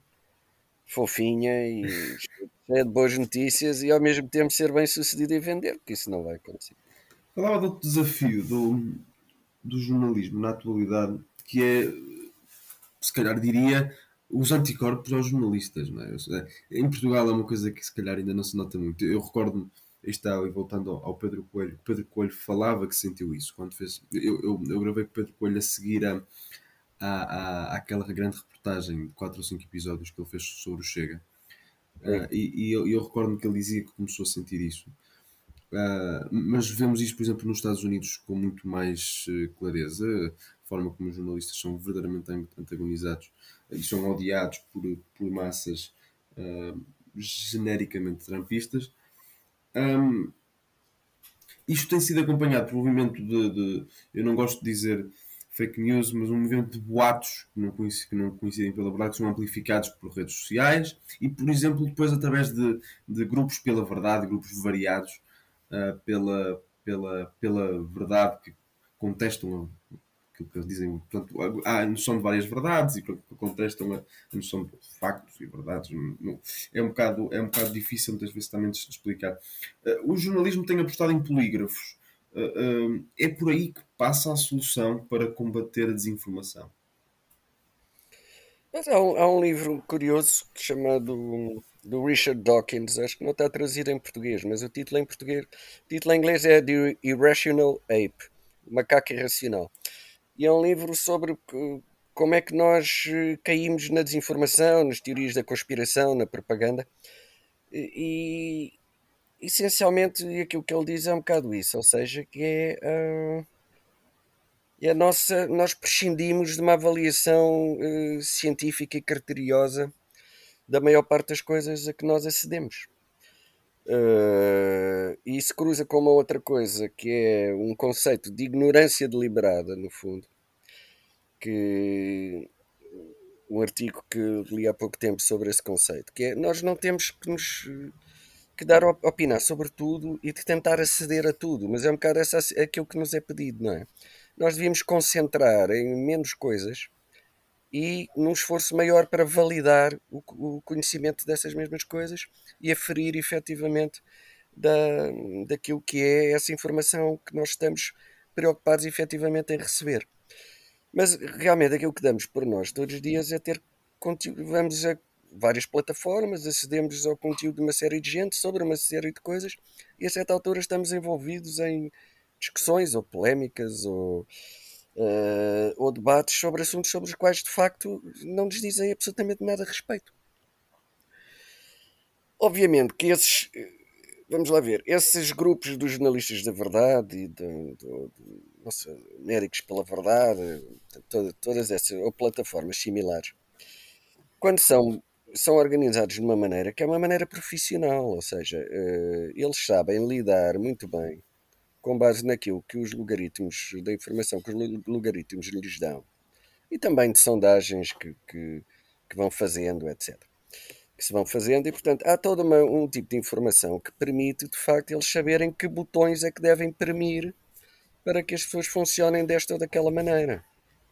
B: fofinha e cheia de boas notícias e ao mesmo tempo ser bem sucedido em vender, porque isso não vai acontecer.
A: Falava de outro desafio do, do jornalismo na atualidade, que é, se calhar diria, os anticorpos aos jornalistas. Não é? Em Portugal é uma coisa que se calhar ainda não se nota muito. Eu recordo-me, está ali voltando ao Pedro Coelho, Pedro Coelho falava que sentiu isso quando fez. Eu, eu, eu gravei com o Pedro Coelho a seguir a, a, a, àquela grande reportagem de quatro ou cinco episódios que ele fez sobre o Chega.
B: Sim.
A: Ah, e e eu, eu recordo-me que ele dizia que começou a sentir isso. Uh, mas vemos isto, por exemplo, nos Estados Unidos com muito mais uh, clareza, a forma como os jornalistas são verdadeiramente antagonizados e são odiados por, por massas uh, genericamente trampistas. Um, Isto tem sido acompanhado por um movimento de, de, eu não gosto de dizer fake news, mas um movimento de boatos que não, conheci, que não coincidem pela verdade, que são amplificados por redes sociais e, por exemplo, depois através de, de grupos pela verdade, grupos variados uh, pela, pela, pela verdade que contestam aquilo que eles dizem. Portanto, há a noção de várias verdades e que contestam a, a noção de factos e verdades. Não, é, um bocado, é um bocado difícil muitas vezes também de explicar. Uh, o jornalismo tem apostado em polígrafos. Uh, uh, é por aí que passa a solução para combater a desinformação.
B: Mas há um, há um livro curioso chamado do Richard Dawkins, acho que não está traduzido em português, mas o título em português, o título em inglês é The Irrational Ape, o macaco irracional. E é um livro sobre que- como é que nós eh, caímos na desinformação, nas teorias da conspiração, na propaganda. E, e, essencialmente aquilo que ele diz é um bocado isso, ou seja, que é, ah, é a nossa, nós prescindimos de uma avaliação eh, científica e criteriosa da maior parte das coisas a que nós acedemos. Eh, e isso cruza com uma outra coisa, que é um conceito de ignorância deliberada, no fundo, que um artigo que li há pouco tempo sobre esse conceito, que é nós não temos que nos que dar op- opinar sobre tudo e de tentar aceder a tudo, mas é um bocado essa, aquilo que nos é pedido, não é? Nós devíamos concentrar em menos coisas e num esforço maior para validar o, o conhecimento dessas mesmas coisas e aferir efetivamente da, daquilo que é essa informação que nós estamos preocupados efetivamente em receber. Mas realmente aquilo que damos por nós todos os dias é ter conteúdo. Vamos a várias plataformas, acedemos ao conteúdo de uma série de gente sobre uma série de coisas e a certa altura estamos envolvidos em discussões ou polémicas ou, uh, ou debates sobre assuntos sobre os quais de facto não nos dizem absolutamente nada a respeito. Obviamente que esses, vamos lá ver, esses grupos dos jornalistas da verdade e do, do, do nossa, médicos pela verdade, toda, todas essas ou plataformas similares, quando são, são organizados de uma maneira que é uma maneira profissional, ou seja, uh, eles sabem lidar muito bem com base naquilo que os logaritmos da informação que os logaritmos lhes dão e também de sondagens que, que, que vão fazendo, etcétera. Que se vão fazendo e, portanto, há todo uma, um tipo de informação que permite, de facto, eles saberem que botões é que devem premir para que as pessoas funcionem desta ou daquela maneira.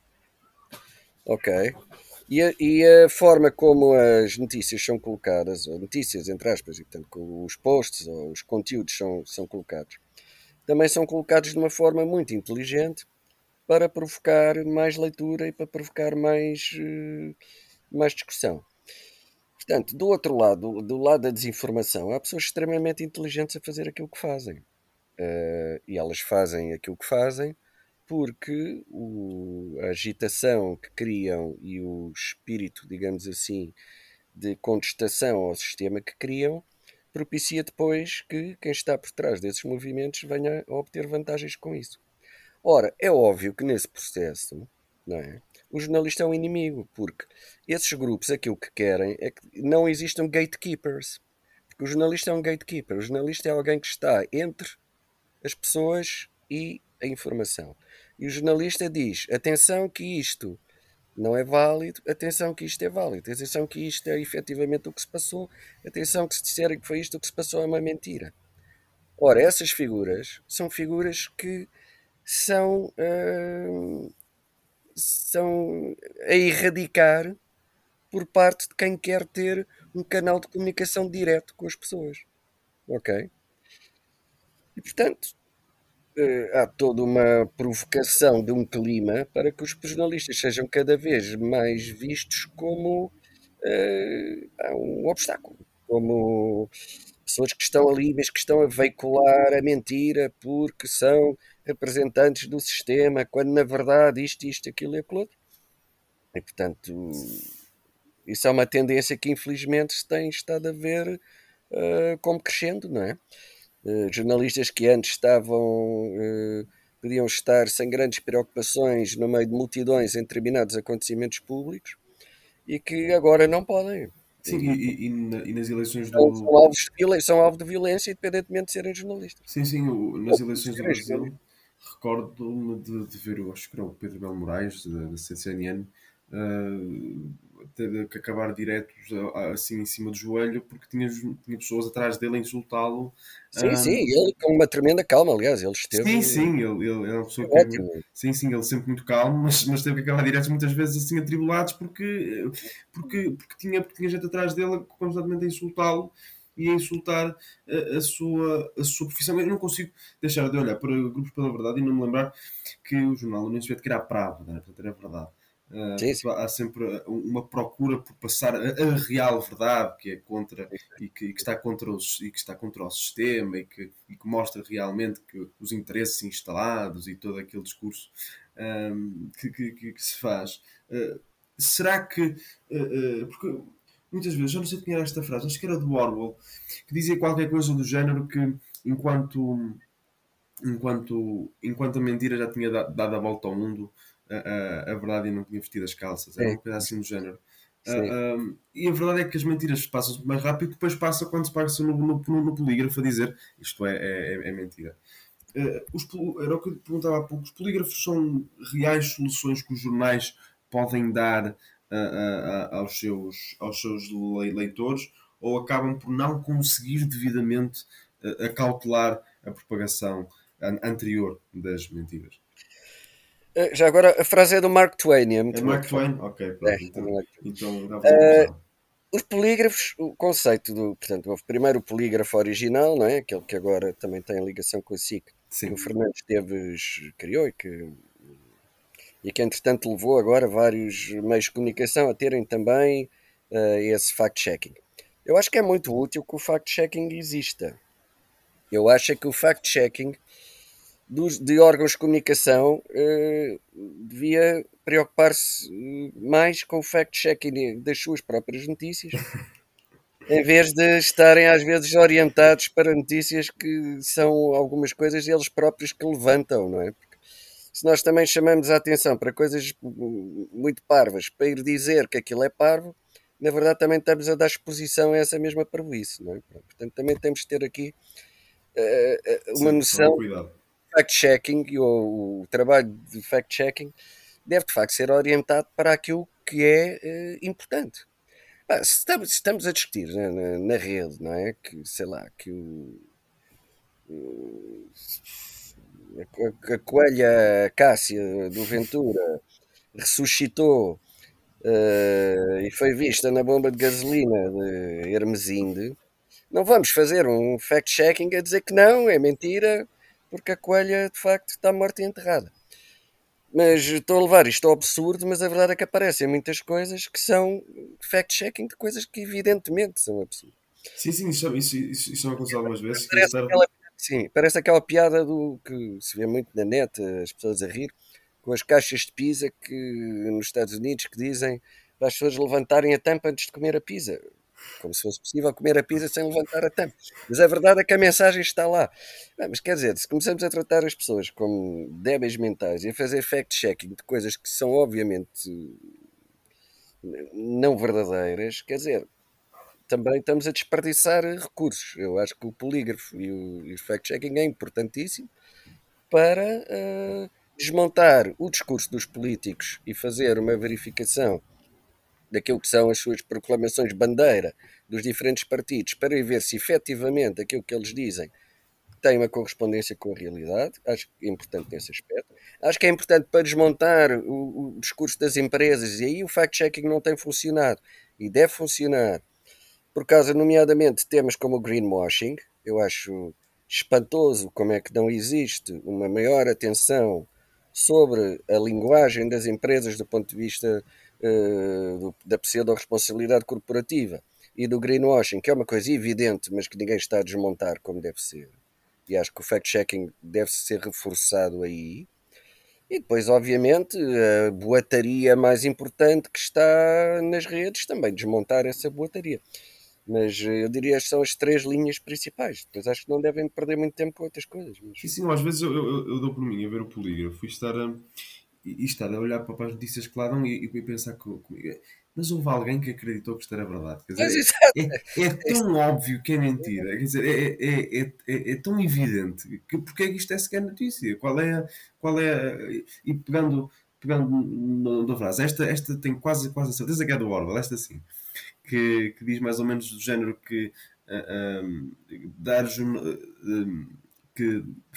B: Ok? E a, e a forma como as notícias são colocadas, ou notícias, entre aspas, e, portanto, os posts ou os conteúdos são, são colocados, também são colocados de uma forma muito inteligente para provocar mais leitura e para provocar mais, mais discussão. Portanto, do outro lado, do lado da desinformação, há pessoas extremamente inteligentes a fazer aquilo que fazem. Uh, e elas fazem aquilo que fazem porque o, a agitação que criam e o espírito, digamos assim, de contestação ao sistema que criam propicia depois que quem está por trás desses movimentos venha a obter vantagens com isso. Ora, é óbvio que nesse processo, não é? O jornalista é um inimigo, porque esses grupos aquilo que querem é que não existam gatekeepers. Porque o jornalista é um gatekeeper. O jornalista é alguém que está entre as pessoas e a informação. E o jornalista diz: atenção que isto não é válido, atenção que isto é válido, atenção que isto é efetivamente o que se passou, atenção que se disserem que foi isto o que se passou é uma mentira. Ora, essas figuras são figuras que são, uh, são a erradicar por parte de quem quer ter um canal de comunicação direto com as pessoas. Ok? E, portanto, uh, há toda uma provocação de um clima para que os jornalistas sejam cada vez mais vistos como uh, um obstáculo, como pessoas que estão ali, mas que estão a veicular a mentira porque são representantes do sistema, quando na verdade isto, isto, aquilo e aquilo outro. E portanto, isso é uma tendência que infelizmente se tem estado a ver uh, como crescendo, não é? Uh, jornalistas que antes estavam, uh, podiam estar sem grandes preocupações no meio de multidões em determinados acontecimentos públicos e que agora não podem.
A: Sim, e, e, e, na, e nas eleições
B: São,
A: do.
B: são, alvos de, são alvo de violência independentemente de serem jornalistas.
A: Sim, sim, o, nas eleições do Brasil, recordo-me de, de ver, eu acho que era o Pedro Melo Moraes, da, da C C N N, uh, ter que acabar diretos assim em cima do joelho, porque tinha, tinha pessoas atrás dele a insultá-lo.
B: Sim, sim,
A: Um,
B: ele com uma tremenda calma, aliás, ele esteve
A: sim, sim, ele, ele é uma pessoa que é muito,
B: ótimo.
A: sim, sim, ele sempre muito calmo, mas, mas teve que acabar diretos muitas vezes assim atribulados porque, porque, porque, tinha, porque tinha gente atrás dele constantemente a insultá-lo e a insultar a, a, sua, a sua profissão. Eu não consigo deixar de olhar para grupos pela verdade e não me lembrar que o jornal União Soviética era a Pravda, né? Portanto era verdade. Uh,
B: Sim, sim.
A: há sempre uma procura por passar a, a real verdade que é contra e que, e que está contra os, e que está contra o sistema e que, e que mostra realmente que os interesses instalados e todo aquele discurso um, que, que, que, se faz. Uh, será que uh, uh, porque muitas vezes, eu não sei quem era esta frase, acho que era do Orwell, que dizia qualquer coisa do género que enquanto enquanto, enquanto a mentira já tinha dado a volta ao mundo, a, a, a verdade não tinha vestido as calças. Era
B: Sim,
A: uma coisa assim do género.
B: sim.
A: Uh, um, e a verdade é que as mentiras passam mais rápido, depois passa quando se passa no, no, no polígrafo a dizer isto é, é, é mentira. Uh, os, era o que eu perguntava há pouco. Os polígrafos são reais soluções que os jornais podem dar uh, uh, aos, seus, aos seus leitores ou acabam por não conseguir devidamente uh, acautelar a propagação anterior das mentiras?
B: Já agora, a frase é do Mark Twain, é
A: É
B: muito boa,
A: Mark
B: por favor.
A: Twain? Ok,
B: É,
A: pronto.
B: é do
A: Então,
B: Mark Twain.
A: então dá a fazer
B: Uh,
A: confusão.
B: Os polígrafos, o conceito do. Portanto, houve primeiro o polígrafo original, não é? Aquele que agora também tem ligação com a S I C, que o
A: Sim.
B: Fernando Esteves criou e que, e que entretanto levou agora vários meios de comunicação a terem também uh, esse fact-checking. Eu acho que é muito útil que o fact-checking exista. Eu acho é que o fact-checking dos, de órgãos de comunicação uh, devia preocupar-se mais com o fact-checking das suas próprias notícias, em vez de estarem às vezes orientados para notícias que são algumas coisas eles próprios que levantam, não é? Porque se nós também chamamos a atenção para coisas muito parvas, para ir dizer que aquilo é parvo, na verdade também estamos a dar exposição a essa mesma parvoíce, não é? Portanto, também temos de ter aqui uh, uma
A: Sim, algum
B: noção de
A: cuidado.
B: fact-checking, e o, o trabalho de fact-checking deve de facto ser orientado para aquilo que é uh, importante. Ah, se estamos, se estamos a discutir né, na, na rede, não é? Que, sei lá, que o, o- a, a coelha Cássia do Ventura ressuscitou eh, e foi vista na bomba de gasolina de Hermesinde, não vamos fazer um fact-checking a dizer que não, é mentira, porque a coelha de facto está morta e enterrada. Mas estou a levar isto ao absurdo, mas a verdade é que aparecem muitas coisas que são fact-checking de coisas que evidentemente são absurdas.
A: Sim, sim, isso, isso, isso, isso já me aconteceu algumas vezes, que é
B: Parece
A: estar...
B: aquela, sim, parece aquela piada do que se vê muito na net, as pessoas a rir, com as caixas de pizza que nos Estados Unidos que dizem para as pessoas levantarem a tampa antes de comer a pizza. Como se fosse possível comer a pizza sem levantar a tampa. Mas a verdade é que a mensagem está lá. Ah, mas quer dizer, se começamos a tratar as pessoas como débeis mentais e a fazer fact-checking de coisas que são obviamente não verdadeiras, quer dizer, também estamos a desperdiçar recursos. Eu acho que o polígrafo e o, e o fact-checking é importantíssimo para uh, desmontar o discurso dos políticos e fazer uma verificação daquilo que são as suas proclamações bandeira dos diferentes partidos para ver se efetivamente aquilo que eles dizem tem uma correspondência com a realidade. Acho que é importante nesse aspecto. Acho que é importante para desmontar o, o discurso das empresas, e aí o fact-checking não tem funcionado e deve funcionar por causa, nomeadamente, de temas como o greenwashing. Eu acho espantoso como é que não existe uma maior atenção sobre a linguagem das empresas do ponto de vista uh, do, da pseudo-responsabilidade corporativa e do greenwashing, que é uma coisa evidente, mas que ninguém está a desmontar como deve ser. E acho que o fact-checking deve ser reforçado aí. E depois, obviamente, a boataria mais importante que está nas redes, também desmontar essa boataria. Mas eh, eu diria que são as três linhas principais. Depois acho que não devem perder muito tempo com outras coisas. Mas...
A: Sim, sim, às vezes eu, eu, eu dou por mim a ver o polígrafo e estar a, e estar a olhar para as notícias que lá dão e, e pensar que, comigo. Mas houve alguém que acreditou que isto era verdade. Quer
B: Mas
A: dizer,
B: exato.
A: é, é, é tão óbvio que é mentira. Quer dizer, é, é, é, é, é tão evidente que porque é que isto é sequer notícia? Qual é, qual é e pegando, pegando na frase, esta, esta tenho quase, quase a certeza que é do Orwell, esta sim, que, que diz mais ou menos do género que uh, um, dar uh, que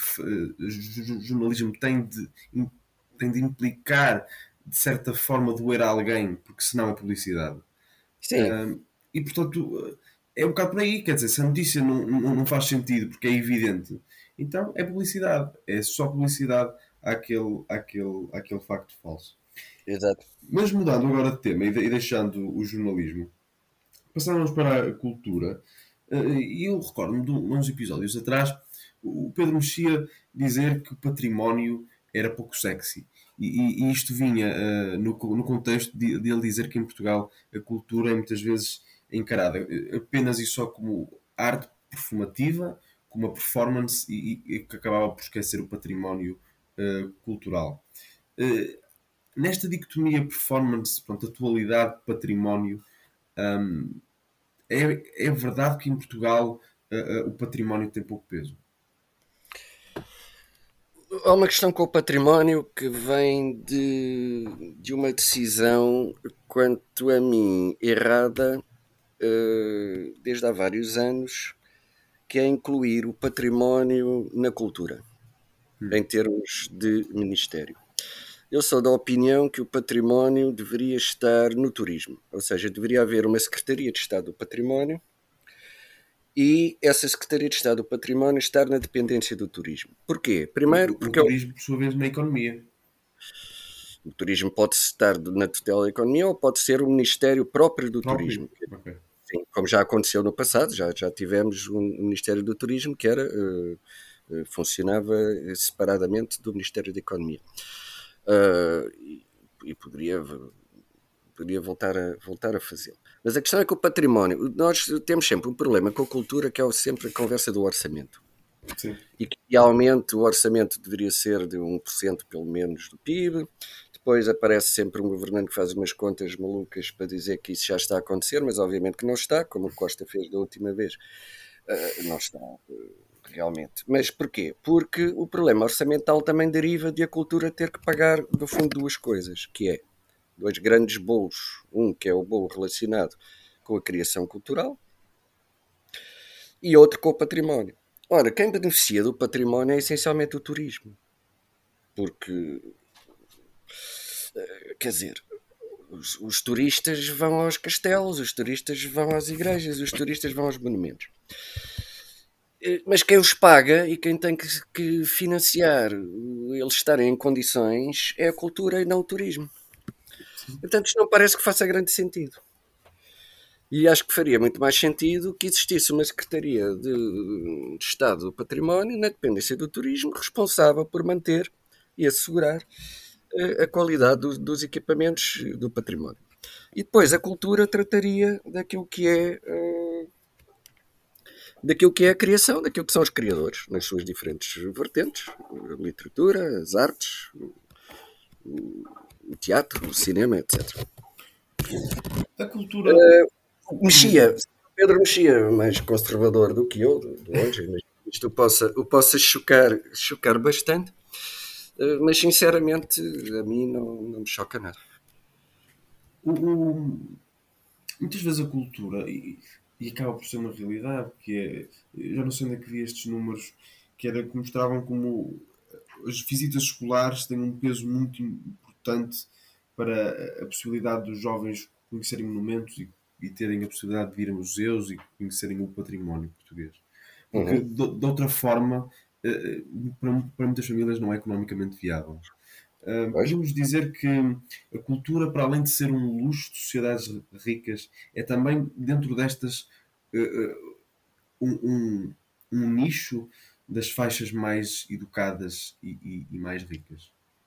A: uh, jornalismo tem de, tem de implicar de certa forma doer a alguém, porque senão é publicidade.
B: Sim,
A: Uh, e portanto é um bocado por aí, quer dizer, se a notícia não, não, não faz sentido porque é evidente, então é publicidade, é só publicidade àquele, àquele, àquele facto falso.
B: exato.
A: Mas mudando agora de tema e, de, e deixando o jornalismo, passamos para a cultura. E eu recordo-me de uns episódios atrás o Pedro Mexia dizer que o património era pouco sexy. E, e, e isto vinha uh, no, no contexto de, de ele dizer que em Portugal a cultura é muitas vezes encarada apenas e só como arte performativa, como uma performance e, e que acabava por esquecer o património uh, cultural. Uh, nesta dicotomia performance, pronto, atualidade, património, um, é, é verdade que em Portugal uh, uh, o património tem pouco peso.
B: Há uma questão com o património que vem de, de uma decisão, quanto a mim, errada uh, desde há vários anos, que é incluir o património na cultura,
A: Hum.
B: em termos de ministério. Eu sou da opinião que o património deveria estar no turismo, ou seja, deveria haver uma Secretaria de Estado do Património e essa Secretaria de Estado do Património estar na dependência do turismo. Porquê?
A: O,
B: Primeiro,
A: o
B: porque é o,
A: turismo, por sua vez, na economia.
B: o turismo pode estar na tutela da economia ou pode ser o Ministério próprio do
A: Próprio.
B: Turismo.
A: Ok.
B: Sim, como já aconteceu no passado, já, já tivemos um Ministério do Turismo que era, eh, eh, funcionava separadamente do Ministério da Economia. Uh, e, e poderia, poderia voltar a, voltar a fazê-lo. Mas a questão é que o património, nós temos sempre um problema com a cultura, que é sempre a conversa do orçamento.
A: Sim.
B: E que realmente o orçamento deveria ser de um por cento pelo menos do P I B. Depois aparece sempre um governante que faz umas contas malucas para dizer que isso já está a acontecer, mas obviamente que não está, como o Costa fez da última vez. Uh, não está uh, realmente. Mas porquê? Porque o problema orçamental também deriva de a cultura ter que pagar, no fundo, duas coisas, que é dois grandes bolos. Um que é o bolo relacionado com a criação cultural e outro com o património. Ora, quem beneficia do património é essencialmente o turismo. Porque, quer dizer, os, os turistas vão aos castelos, os turistas vão às igrejas, os turistas vão aos monumentos. Mas quem os paga e quem tem que, que financiar eles estarem em condições é a cultura e não o turismo.
A: Sim.
B: Portanto, isto não parece que faça grande sentido. E acho que faria muito mais sentido que existisse uma Secretaria de, de Estado do Património, na dependência do turismo, responsável por manter e assegurar a, a qualidade do, dos equipamentos do património. E depois a cultura trataria daquilo que é uh, daquilo que é a criação, daquilo que são os criadores, nas suas diferentes vertentes, a literatura, as artes, o teatro, o cinema, etcétera.
A: A cultura.
B: Mexia, Pedro Mexia, mais conservador do que eu, de longe, mas isto o possa, o possa chocar, chocar bastante, mas sinceramente a mim não, não me choca nada.
A: O, o- muitas vezes a cultura, e, e acaba por ser uma realidade, que é. Eu já não sei onde é que vi estes números, que era que mostravam como as visitas escolares têm um peso muito importante para a possibilidade dos jovens conhecerem monumentos e, e terem a possibilidade de vir a museus e conhecerem o património português. Porque,
B: Uhum.
A: de, de outra forma, eh, para, para muitas famílias não é economicamente viável. Uh,
B: Pois,
A: podemos dizer que a cultura, para além de ser um luxo de sociedades ricas, é também, dentro destas, uh, uh, um, um, um nicho das faixas mais educadas e, e- e mais ricas.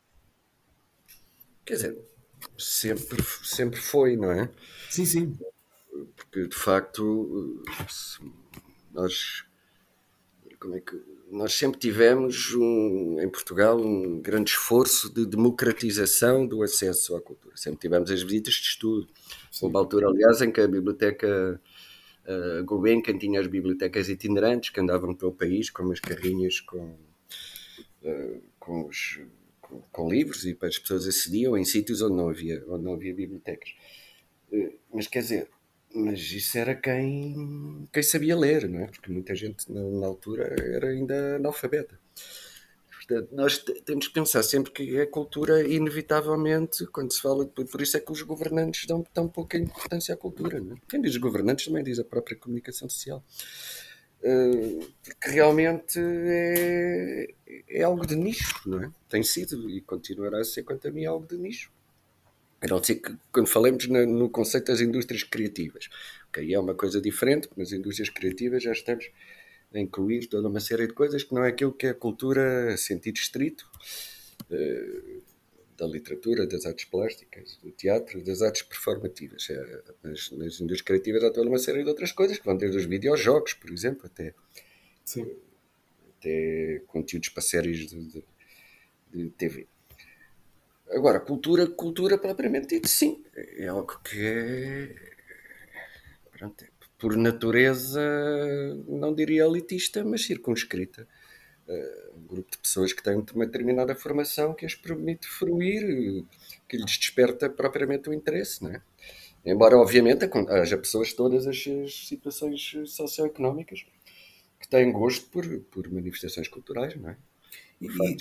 B: quer dizer, sempre, sempre foi, não é?
A: Sim, sim.
B: Porque de facto nós, como é que, nós sempre tivemos um, em Portugal um grande esforço de democratização do acesso à cultura. Sempre tivemos as visitas de estudo. Houve
A: Sim.
B: altura, aliás, em que a biblioteca uh, Gulbenkian tinha as bibliotecas itinerantes que andavam pelo país com umas carrinhas com, uh, com, os, com, com livros e as pessoas acediam em sítios onde não havia, onde não havia bibliotecas. Uh, mas quer dizer, mas isso era quem, quem sabia ler, não é? Porque muita gente na, na altura era ainda analfabeta. Portanto, nós temos que pensar sempre que a cultura, inevitavelmente, quando se fala, por isso é que os governantes dão tão pouca importância à cultura. Não é? Quem diz governantes também diz a própria comunicação social. Uh, porque realmente é, é algo de nicho, não é? Tem sido e continuará a ser, quanto a mim, algo de nicho. A não ser que, quando falamos na, no conceito das indústrias criativas, que aí é uma coisa diferente, porque nas indústrias criativas já estamos a incluir toda uma série de coisas que não é aquilo que é a cultura a sentido estrito, uh, da literatura, das artes plásticas, do teatro, das artes performativas. É, nas, nas indústrias criativas há toda uma série de outras coisas, que vão desde os videojogos, por exemplo, até,
A: Sim.
B: até conteúdos para séries de, de, de T V. Agora, cultura, cultura propriamente dito, sim, é algo que é, pronto, é, por natureza, não diria elitista, mas circunscrita. Uh, um grupo de pessoas que têm uma determinada formação que as permite fruir, que lhes desperta propriamente o interesse, não é? Embora, obviamente, haja pessoas de todas as situações socioeconómicas que têm gosto por, por manifestações culturais, não é?
A: E,
B: O facto
A: e-
B: de uma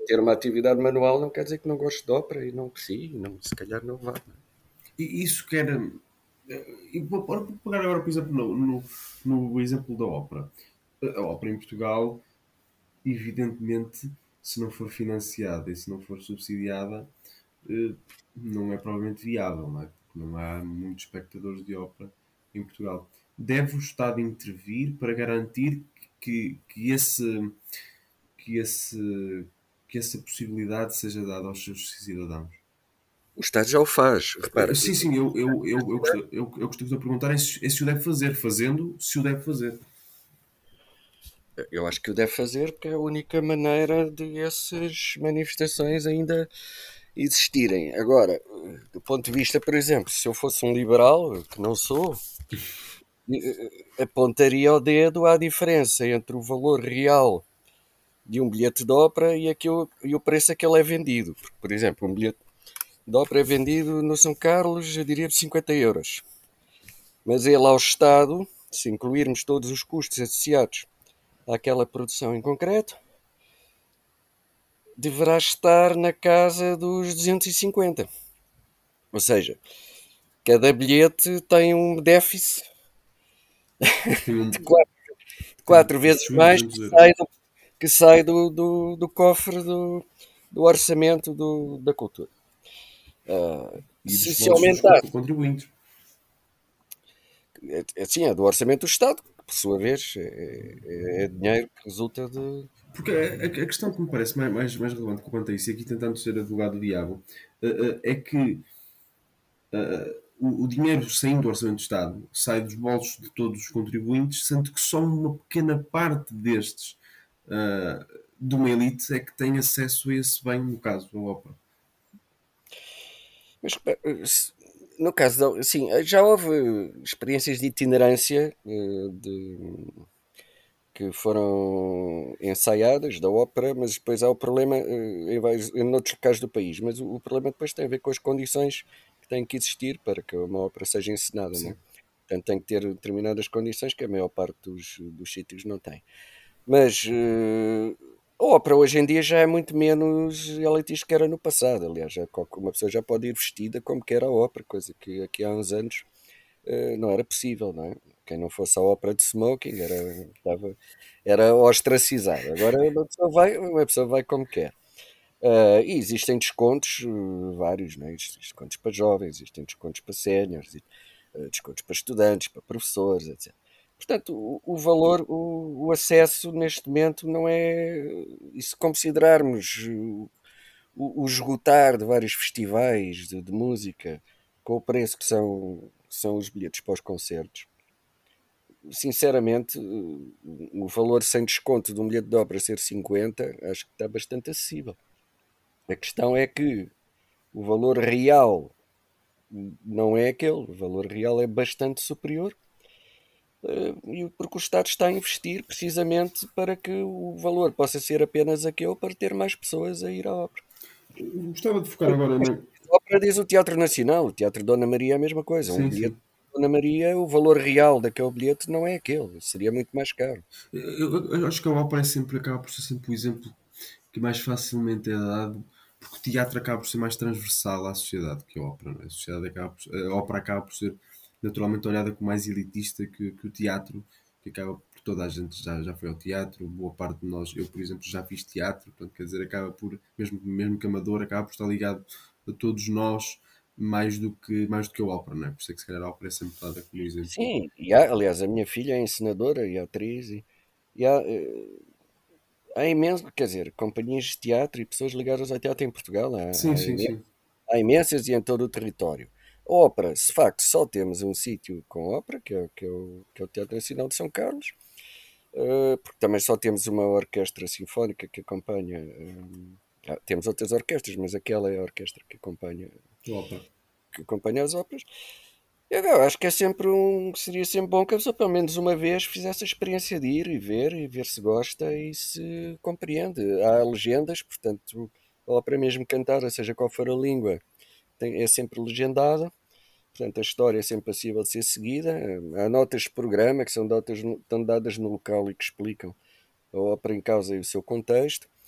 B: ter uma atividade manual não quer dizer que não gosto de ópera e não, sim, não, se calhar não vá. Não é?
A: E isso quer. E vou vou pegar agora, por exemplo, no, no, no exemplo da ópera. A ópera em Portugal, evidentemente, se não for financiada e se não for subsidiada, eh, não é provavelmente viável, não é? Porque não há muitos espectadores de ópera em Portugal. Deve o Estado intervir para garantir que, que, esse, que, esse, que essa possibilidade seja dada aos seus cidadãos?
B: O Estado já o faz, repara.
A: Eh, Sim, sim, eu, eu, eu, eu, gosto, eu, eu costumo perguntar é se, é se o deve fazer. Fazendo, se o deve fazer.
B: Eu acho que o deve fazer porque é a única maneira de essas manifestações ainda existirem. Agora, do ponto de vista, por exemplo, se eu fosse um liberal, que não sou, apontaria o dedo à diferença entre o valor real de um bilhete de ópera e, aquilo, e o preço a que ele é vendido. Porque, por exemplo, um bilhete de ópera é vendido no São Carlos, eu diria, por cinquenta euros. Mas ele ao Estado, se incluirmos todos os custos associados àquela produção em concreto, deverá estar na casa dos duzentos e cinquenta. Ou seja, cada bilhete tem um déficit
A: Tem
B: de
A: um,
B: quatro,
A: tem
B: quatro vezes
A: possui
B: mais que
A: duzentos euros.
B: sai do, que sai do, do, do cofre do, do orçamento do, da cultura. Uh,
A: E dos
B: se se
A: bolsos dos
B: aumentar,
A: contribuintes.
B: é, assim, é do orçamento do Estado, que por sua vez é, é, é dinheiro que resulta de.
A: Porque a, a- a questão que me parece mais, mais, mais relevante quanto a isso, e aqui tentando ser advogado do diabo, eh, eh, é que eh, o, o dinheiro saindo do Orçamento do Estado sai dos bolsos de todos os contribuintes, sendo que só uma pequena parte destes, eh, de uma elite, é que tem acesso a esse bem, no caso, a ópera.
B: Mas uh, se- no caso, da, sim, já houve experiências de itinerância uh, de, que foram ensaiadas da ópera, mas depois há o problema uh, em, vários, em outros locais do país. Mas o, o problema depois tem a ver com as condições que têm que existir para que uma ópera seja encenada, não é?
A: Sim.
B: Portanto, tem que ter determinadas condições que a maior parte dos, dos sítios não tem. Mas uh, a ópera hoje em dia já é muito menos elitista que era no passado. Aliás, já, uma pessoa já pode ir vestida como quer a ópera, coisa que aqui há uns anos uh, não era possível, não é? Quem não fosse à ópera de smoking era, estava, era ostracizado. Agora uma pessoa vai, uma pessoa vai como quer. Uh, e existem descontos uh, vários, não é? Existem descontos para jovens, existem descontos para séniores, uh, descontos para estudantes, para professores, etcétera. Portanto, o, o valor, o, o acesso neste momento não é. E se considerarmos o, o, o esgotar de vários festivais de, de música com o preço que são, que são os bilhetes para os concertos, sinceramente, o valor sem desconto de um bilhete de ópera ser cinquenta, acho que está bastante acessível. A questão é que o valor real não é aquele, o valor real é bastante superior, eh, e porque o Estado está a investir precisamente para que o valor possa ser apenas aquele para ter mais pessoas a ir à ópera.
A: Gostava de focar agora na.
B: A ópera diz o Teatro Nacional, o Teatro Dona Maria é a mesma coisa. Um
A: Sim,
B: bilhete
A: sim.
B: de Dona Maria, o valor real daquele bilhete não é aquele, seria muito mais caro.
A: Eu, eu- eu acho que a ópera é sempre, acaba por ser sempre o exemplo que mais facilmente é dado, porque o teatro acaba por ser mais transversal à sociedade que a ópera. Não é? A, sociedade acaba por- a ópera acaba por ser naturalmente olhada como mais elitista que, que o teatro, que acaba por toda a gente já, já foi ao teatro, boa parte de nós, eu por exemplo já fiz teatro, portanto, quer dizer, acaba por, mesmo, mesmo que amador, acaba por estar ligado a todos nós mais do que, mais do que a ópera, não é? Por isso é que se calhar a ópera é sempre dada como exemplo.
B: Sim, e há, aliás, a minha filha é encenadora e atriz, e, e há, eh, há imenso, quer dizer, companhias de teatro e pessoas ligadas ao teatro em Portugal, há,
A: Sim,
B: há
A: sim,
B: imen-
A: sim.
B: há imensas e em todo o território. A ópera, se de facto só temos um sítio com ópera, que é, que é o, que é o Teatro Nacional de São Carlos, eh, porque também só temos uma orquestra sinfónica que acompanha. eh, ah, temos outras orquestras, mas aquela é a orquestra que acompanha,
A: A ópera.
B: que acompanha as óperas. Eu acho que é sempre um, seria sempre bom que a pessoa pelo menos uma vez fizesse a experiência de ir e ver e ver se gosta e se compreende. Há legendas, portanto, a ópera mesmo cantada, seja qual for a língua, tem- é sempre legendada. Portanto, a história é sempre passível de ser seguida. Há notas de programa que são, notas, estão dadas no local e que explicam a ópera em causa e o seu contexto.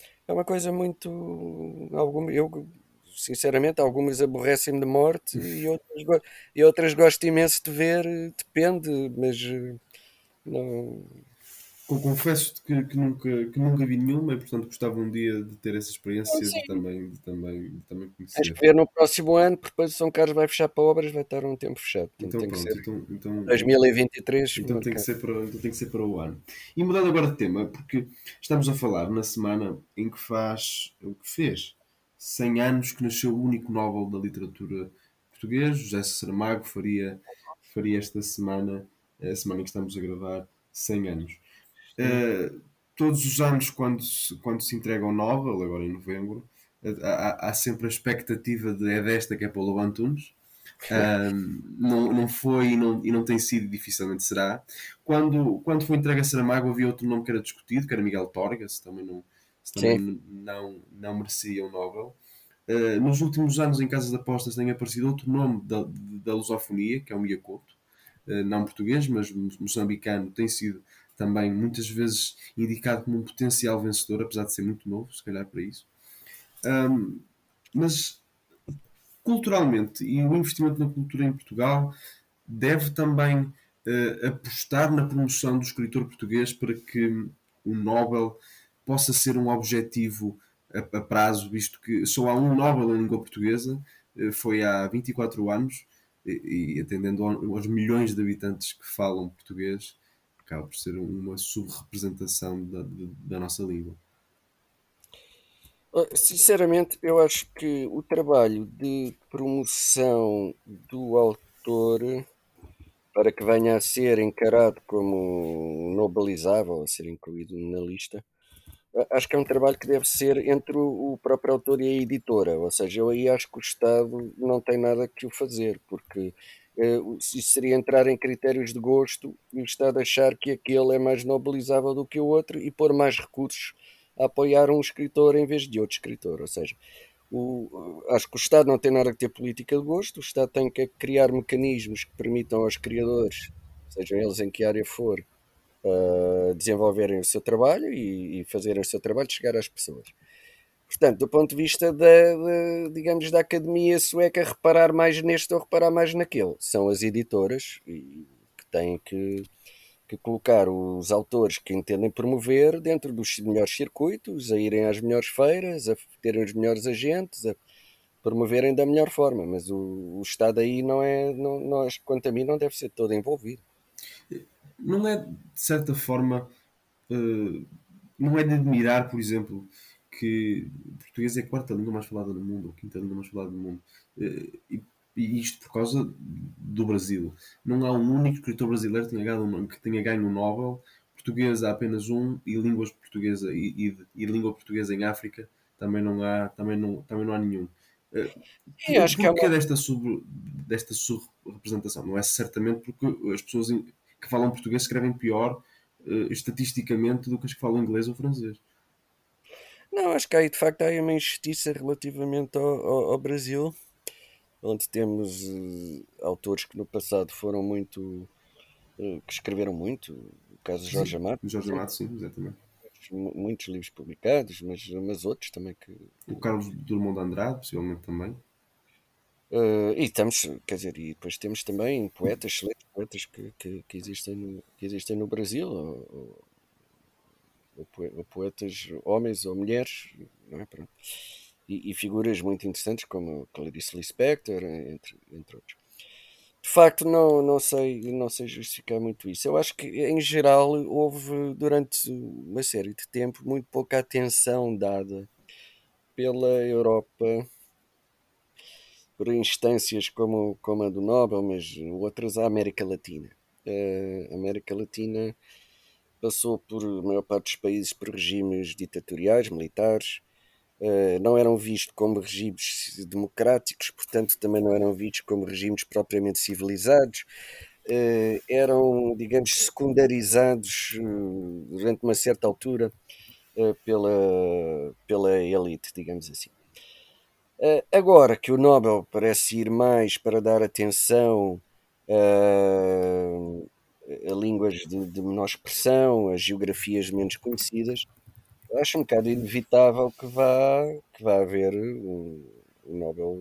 B: É uma coisa muito. Algum, eu, sinceramente, algumas aborrecem-me de morte e outras, go- e outras gosto imenso de ver, eh, depende, mas eh, não.
A: Com- Confesso-te que, que nunca, que nunca vi nenhuma e, portanto, gostava um dia de ter essa
B: Não
A: experiência de
B: sei.
A: também, de também, de também
B: Tens que
A: conhecer.
B: ver no próximo ano, porque depois o São Carlos vai fechar para obras, vai estar um tempo fechado. Portanto,
A: Então,
B: tem que ser
A: pronto, então, então,
B: dois mil e vinte e três
A: então, tem que
B: marcado.
A: ser para, então tem que ser para o ano. E mudando agora de tema, porque estamos a falar na semana em que faz, o que fez cem anos que nasceu o único Nobel da literatura português, José Saramago, faria, faria esta semana, a semana em que estamos a gravar, cem anos.
B: Sim.
A: Uh, todos os anos, quando se, quando se entrega o Nobel, agora em novembro, há, há- há sempre a expectativa de é desta que é para o Lobo Antunes. Um, não, não foi e não, e não tem sido, dificilmente será. Quando, quando foi entregue a Saramago, havia outro nome que era discutido, que era Miguel Torga, se também não, se
B: Sim.
A: também não, não merecia o Nobel. Uh, nos últimos anos, em casas de apostas, tem aparecido outro nome da, da lusofonia, que é o Mia Couto, uh, não português, mas moçambicano, tem sido também muitas vezes indicado como um potencial vencedor, apesar de ser muito novo, se calhar para isso. Um, mas culturalmente, e o investimento na cultura em Portugal deve também uh, apostar na promoção do escritor português para que o Nobel possa ser um objetivo a, a prazo, visto que só há um Nobel em língua portuguesa, uh, foi há vinte e quatro anos, e, e atendendo aos milhões de habitantes que falam português, acaba por ser uma subrepresentação da, da nossa língua.
B: Uh, Sinceramente, eu acho que o trabalho de promoção do autor para que venha a ser encarado como nobelizável, a ser incluído na lista, a- acho que é um trabalho que deve ser entre o o próprio autor e a editora, ou seja, eu aí acho que o Estado não tem nada que o fazer, porque eh, o- isso seria entrar em critérios de gosto e o Estado achar que aquele é mais nobelizável do que o outro e pôr mais recursos a apoiar um escritor em vez de outro escritor, ou seja, o- acho que o Estado não tem nada que ter política de gosto, o Estado tem que criar mecanismos que permitam aos criadores, sejam eles em que área for, uh, desenvolverem o seu trabalho e, e fazerem o seu trabalho chegar às pessoas. Portanto, do ponto de vista da, da, digamos, da academia sueca, reparar mais neste ou reparar mais naquele, são as editoras e, que têm que, que colocar os autores que entendem promover dentro dos melhores circuitos, a irem às melhores feiras, a terem os melhores agentes, a promoverem da melhor forma, mas o, o Estado aí não é, não, nós, quanto a mim, não deve ser todo envolvido.
A: Não é, de certa forma, uh, não é de admirar, por exemplo, que o português é a quarta língua mais falada no mundo, ou quinta língua mais falada no mundo. Uh, e, e isto por causa do Brasil. Não há um único escritor brasileiro que tenha ganho, um- que tenha ganho um Nobel. Português há apenas um, e línguas portuguesa e, e, e língua portuguesa em África também não há, também não, também não há nenhum. Uh,
B: E
A: por,
B: acho que é
A: porquê
B: uma.
A: desta sub, desta subrepresentação? Não é certamente porque as pessoas que falam português escrevem pior uh, estatisticamente do que as que falam inglês ou francês.
B: Não, acho que aí de facto há aí uma injustiça relativamente ao, ao- ao Brasil, onde temos eh, autores que no passado foram muito, eh, que escreveram muito, o caso de Jorge
A: Sim,
B: Amado, por
A: Jorge
B: exemplo,
A: Amado, sim, exatamente.
B: mu- muitos livros publicados, mas, mas outros também que.
A: O
B: que-
A: Carlos Drummond de Andrade, possivelmente também.
B: Eh, e estamos, quer dizer, e depois temos também poetas, excelentes poetas que, que, que existem no, que existem no Brasil, ou, ou- ou poe- ou poetas homens ou mulheres, não é? Pronto. E, e figuras muito interessantes como Clarice Lispector, entre, entre outros. De facto, não, não sei, não sei justificar muito isso. Eu acho que, em geral, houve durante uma série de tempo muito pouca atenção dada pela Europa por instâncias como, como a do Nobel, mas outras à América Latina. A América Latina passou por, a maior parte dos países, por regimes ditatoriais, militares, eh, não eram vistos como regimes democráticos, portanto também não eram vistos como regimes propriamente civilizados, eh, eram, digamos, secundarizados eh, durante uma certa altura eh, pela, pela elite, digamos assim. Eh, agora que o Nobel parece ir mais para dar atenção eh, a línguas de, de menor expressão, a geografias menos conhecidas, acho um bocado inevitável que vá, que vá haver um, um Nobel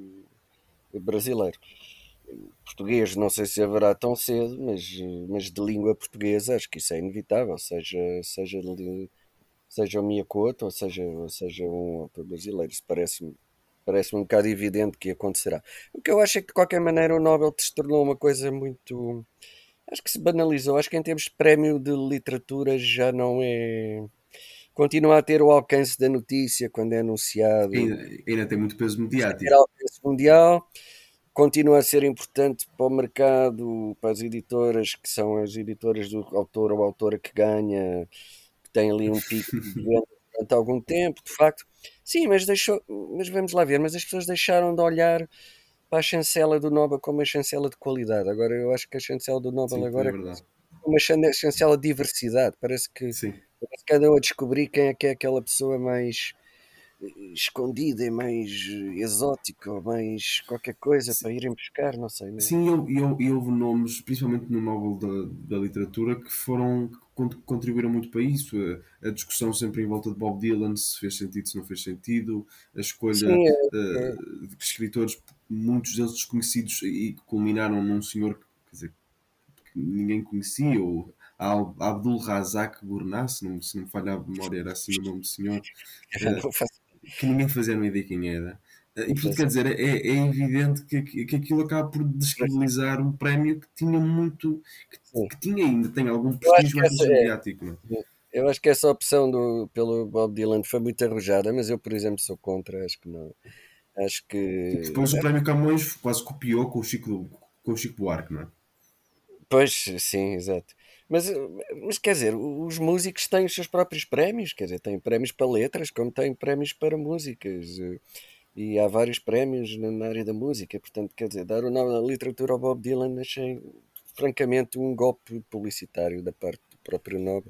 B: brasileiro. Português, não sei se haverá tão cedo, mas, mas de língua portuguesa acho que isso é inevitável, seja, seja, de- seja o Miyakoto ou seja, ou seja um autor brasileiro. Isso parece-me parece-me um bocado evidente que acontecerá. O que eu acho é que de qualquer maneira o Nobel se tornou uma coisa muito. Acho que se banalizou. Acho que em termos de prémio de literatura já não é. Continua a ter o alcance da notícia quando é anunciado,
A: Ainda, ainda tem muito peso
B: ter
A: mediático.
B: alcance mundial, continua a ser importante para o mercado, para as editoras, que são as editoras do autor ou autora que ganha, que tem ali um pico de venda durante algum tempo, de facto. Sim, mas deixou, mas vamos lá ver, mas as pessoas deixaram de olhar para a chancela do Nobel como uma chancela de qualidade. Agora eu acho que a chancela do Nobel
A: Sim, também
B: agora
A: é
B: é
A: verdade.
B: uma chan- chancela de diversidade. Parece que,
A: Sim.
B: parece que andam a descobrir quem é que é aquela pessoa mais escondida e mais exótica ou mais qualquer coisa para irem buscar, não sei. Não.
A: Sim, e houve, e houve- e houve nomes, principalmente no Nobel da, da Literatura, que foram que con- contribuíram muito para isso. A, a discussão sempre em volta de Bob Dylan, se fez sentido, se não fez sentido, a escolha
B: Sim, é, é,
A: eh, de escritores, muitos deles desconhecidos, e que culminaram num senhor que, quer dizer, que ninguém conhecia, o Al- Abdul Razak Gurnah, se não, se não me falha a memória, era assim o nome do senhor, eh,
B: não faço,
A: que ninguém fazia uma ideia quem era. Eh, E
B: não
A: portanto,
B: faço.
A: quer dizer, é, é evidente que, que, que aquilo acaba por descredibilizar um prémio que tinha muito, que,
B: Sim.
A: que tinha ainda, tem algum
B: Eu acho
A: prestígio,
B: que
A: mais
B: essa
A: prestígio
B: é,
A: mediático, não é?
B: eu acho que essa opção do, pelo Bob Dylan foi muito arrojada, mas eu, por exemplo, sou contra, acho que não. Acho
A: E que
B: que.
A: depois o prémio Camões quase copiou com o Chico, com o Chico Buarque, não é?
B: Pois, sim, exato. Mas, mas quer dizer, os músicos têm os seus próprios prémios, quer dizer, têm prémios para letras, como têm prémios para músicas. eh, E há vários prémios na na área da música, portanto, quer dizer, dar o nome da literatura ao Bob Dylan achei, francamente, um golpe publicitário da parte do próprio Nobel.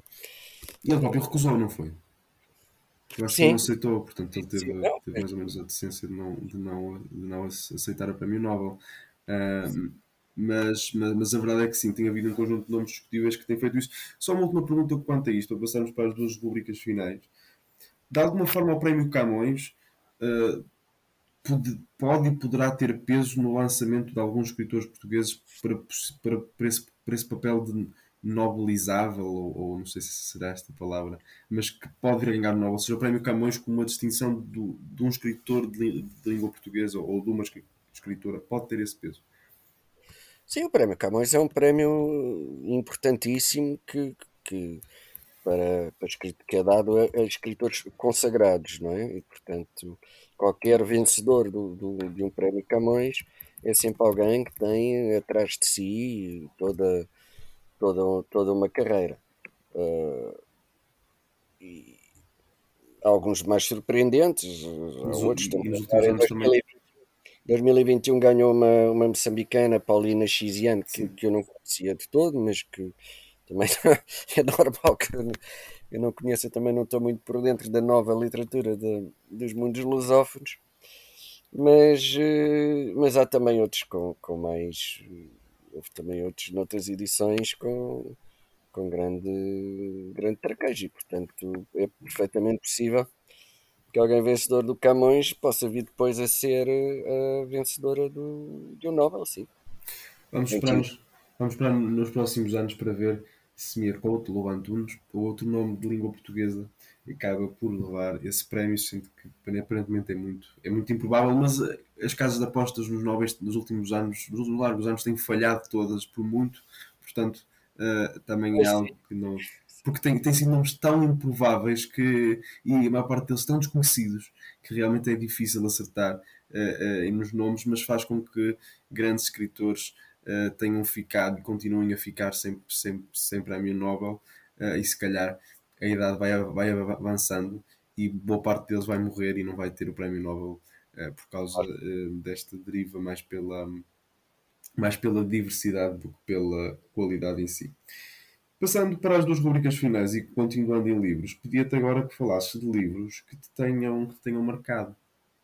A: E ele próprio recusou, não foi? Eu acho que ele não
B: Sim,
A: aceitou, portanto ele
B: sim,
A: teve,
B: não,
A: teve
B: mas,
A: mais ou menos a decência de não, de não, de não aceitar o prémio Nobel. Ah, mas, mas, mas a verdade é que sim, tem havido um conjunto de nomes discutíveis que têm feito isso. Só uma última pergunta quanto a isto, para passarmos para as duas rubricas finais. De alguma forma, o prémio Camões ah, pode, pode e poderá ter peso no lançamento de alguns escritores portugueses para, para, para, esse, para esse papel de nobelizável, ou, ou não sei se será esta palavra, mas que pode vir a ganhar o Nobel. Ou seja, o Prémio Camões como uma distinção do, de um escritor de, de língua portuguesa ou de uma escritora pode ter esse peso.
B: sim, o prémio Camões é um prémio importantíssimo que, que, para, para escrit- que é dado a, a escritores consagrados, não é? E, portanto, qualquer vencedor do, do- de um prémio Camões é sempre alguém que tem atrás de si toda, toda, toda uma carreira. Uh, e alguns mais surpreendentes, há
A: Nos,
B: outros. Estamos
A: e nos
B: a
A: últimos
B: falar em
A: anos também.
B: dois mil e vinte, dois mil e vinte e um ganhou uma, uma moçambicana, Paulina Xiziane, que,
A: Sim.
B: que eu não conhecia de todo, mas que também é normal que eu não, eu não conheça, também não estou muito por dentro da nova literatura de- dos mundos lusófonos, mas, eh, mas há também outros com, com mais. Houve também outros noutras edições com, com grande, grande traquejo, e portanto é perfeitamente possível que alguém vencedor do Camões possa vir depois a ser eh, a vencedora do, do Nobel, sim.
A: Vamos
B: Em
A: esperar,
B: que,
A: nos, vamos esperar nos próximos anos para ver se Mircouto, Lobo Antunes ou outro nome de língua portuguesa acaba por levar esse prémio, sendo que aparentemente é muito, é muito improvável, mas eh, as casas de apostas nos Nobres nos últimos anos, nos últimos largos anos, têm falhado todas por muito, portanto, uh, também é
B: pois sim,
A: algo que não. Porque tem, tem sido nomes tão improváveis que, e a maior parte deles tão desconhecidos que realmente é difícil acertar uh, uh, nos nomes, mas faz com que grandes escritores uh, tenham ficado e continuem a ficar sempre, sempre, sem prémio Nobel, uh, e se calhar a idade vai, vai avançando e boa parte deles vai morrer e não vai ter o prémio Nobel uh, por causa uh, desta deriva mais pela, mais pela diversidade do que pela qualidade em si. Passando para as duas rubricas finais e continuando em livros, pedia-te agora que falasses de livros que te tenham, que te tenham marcado.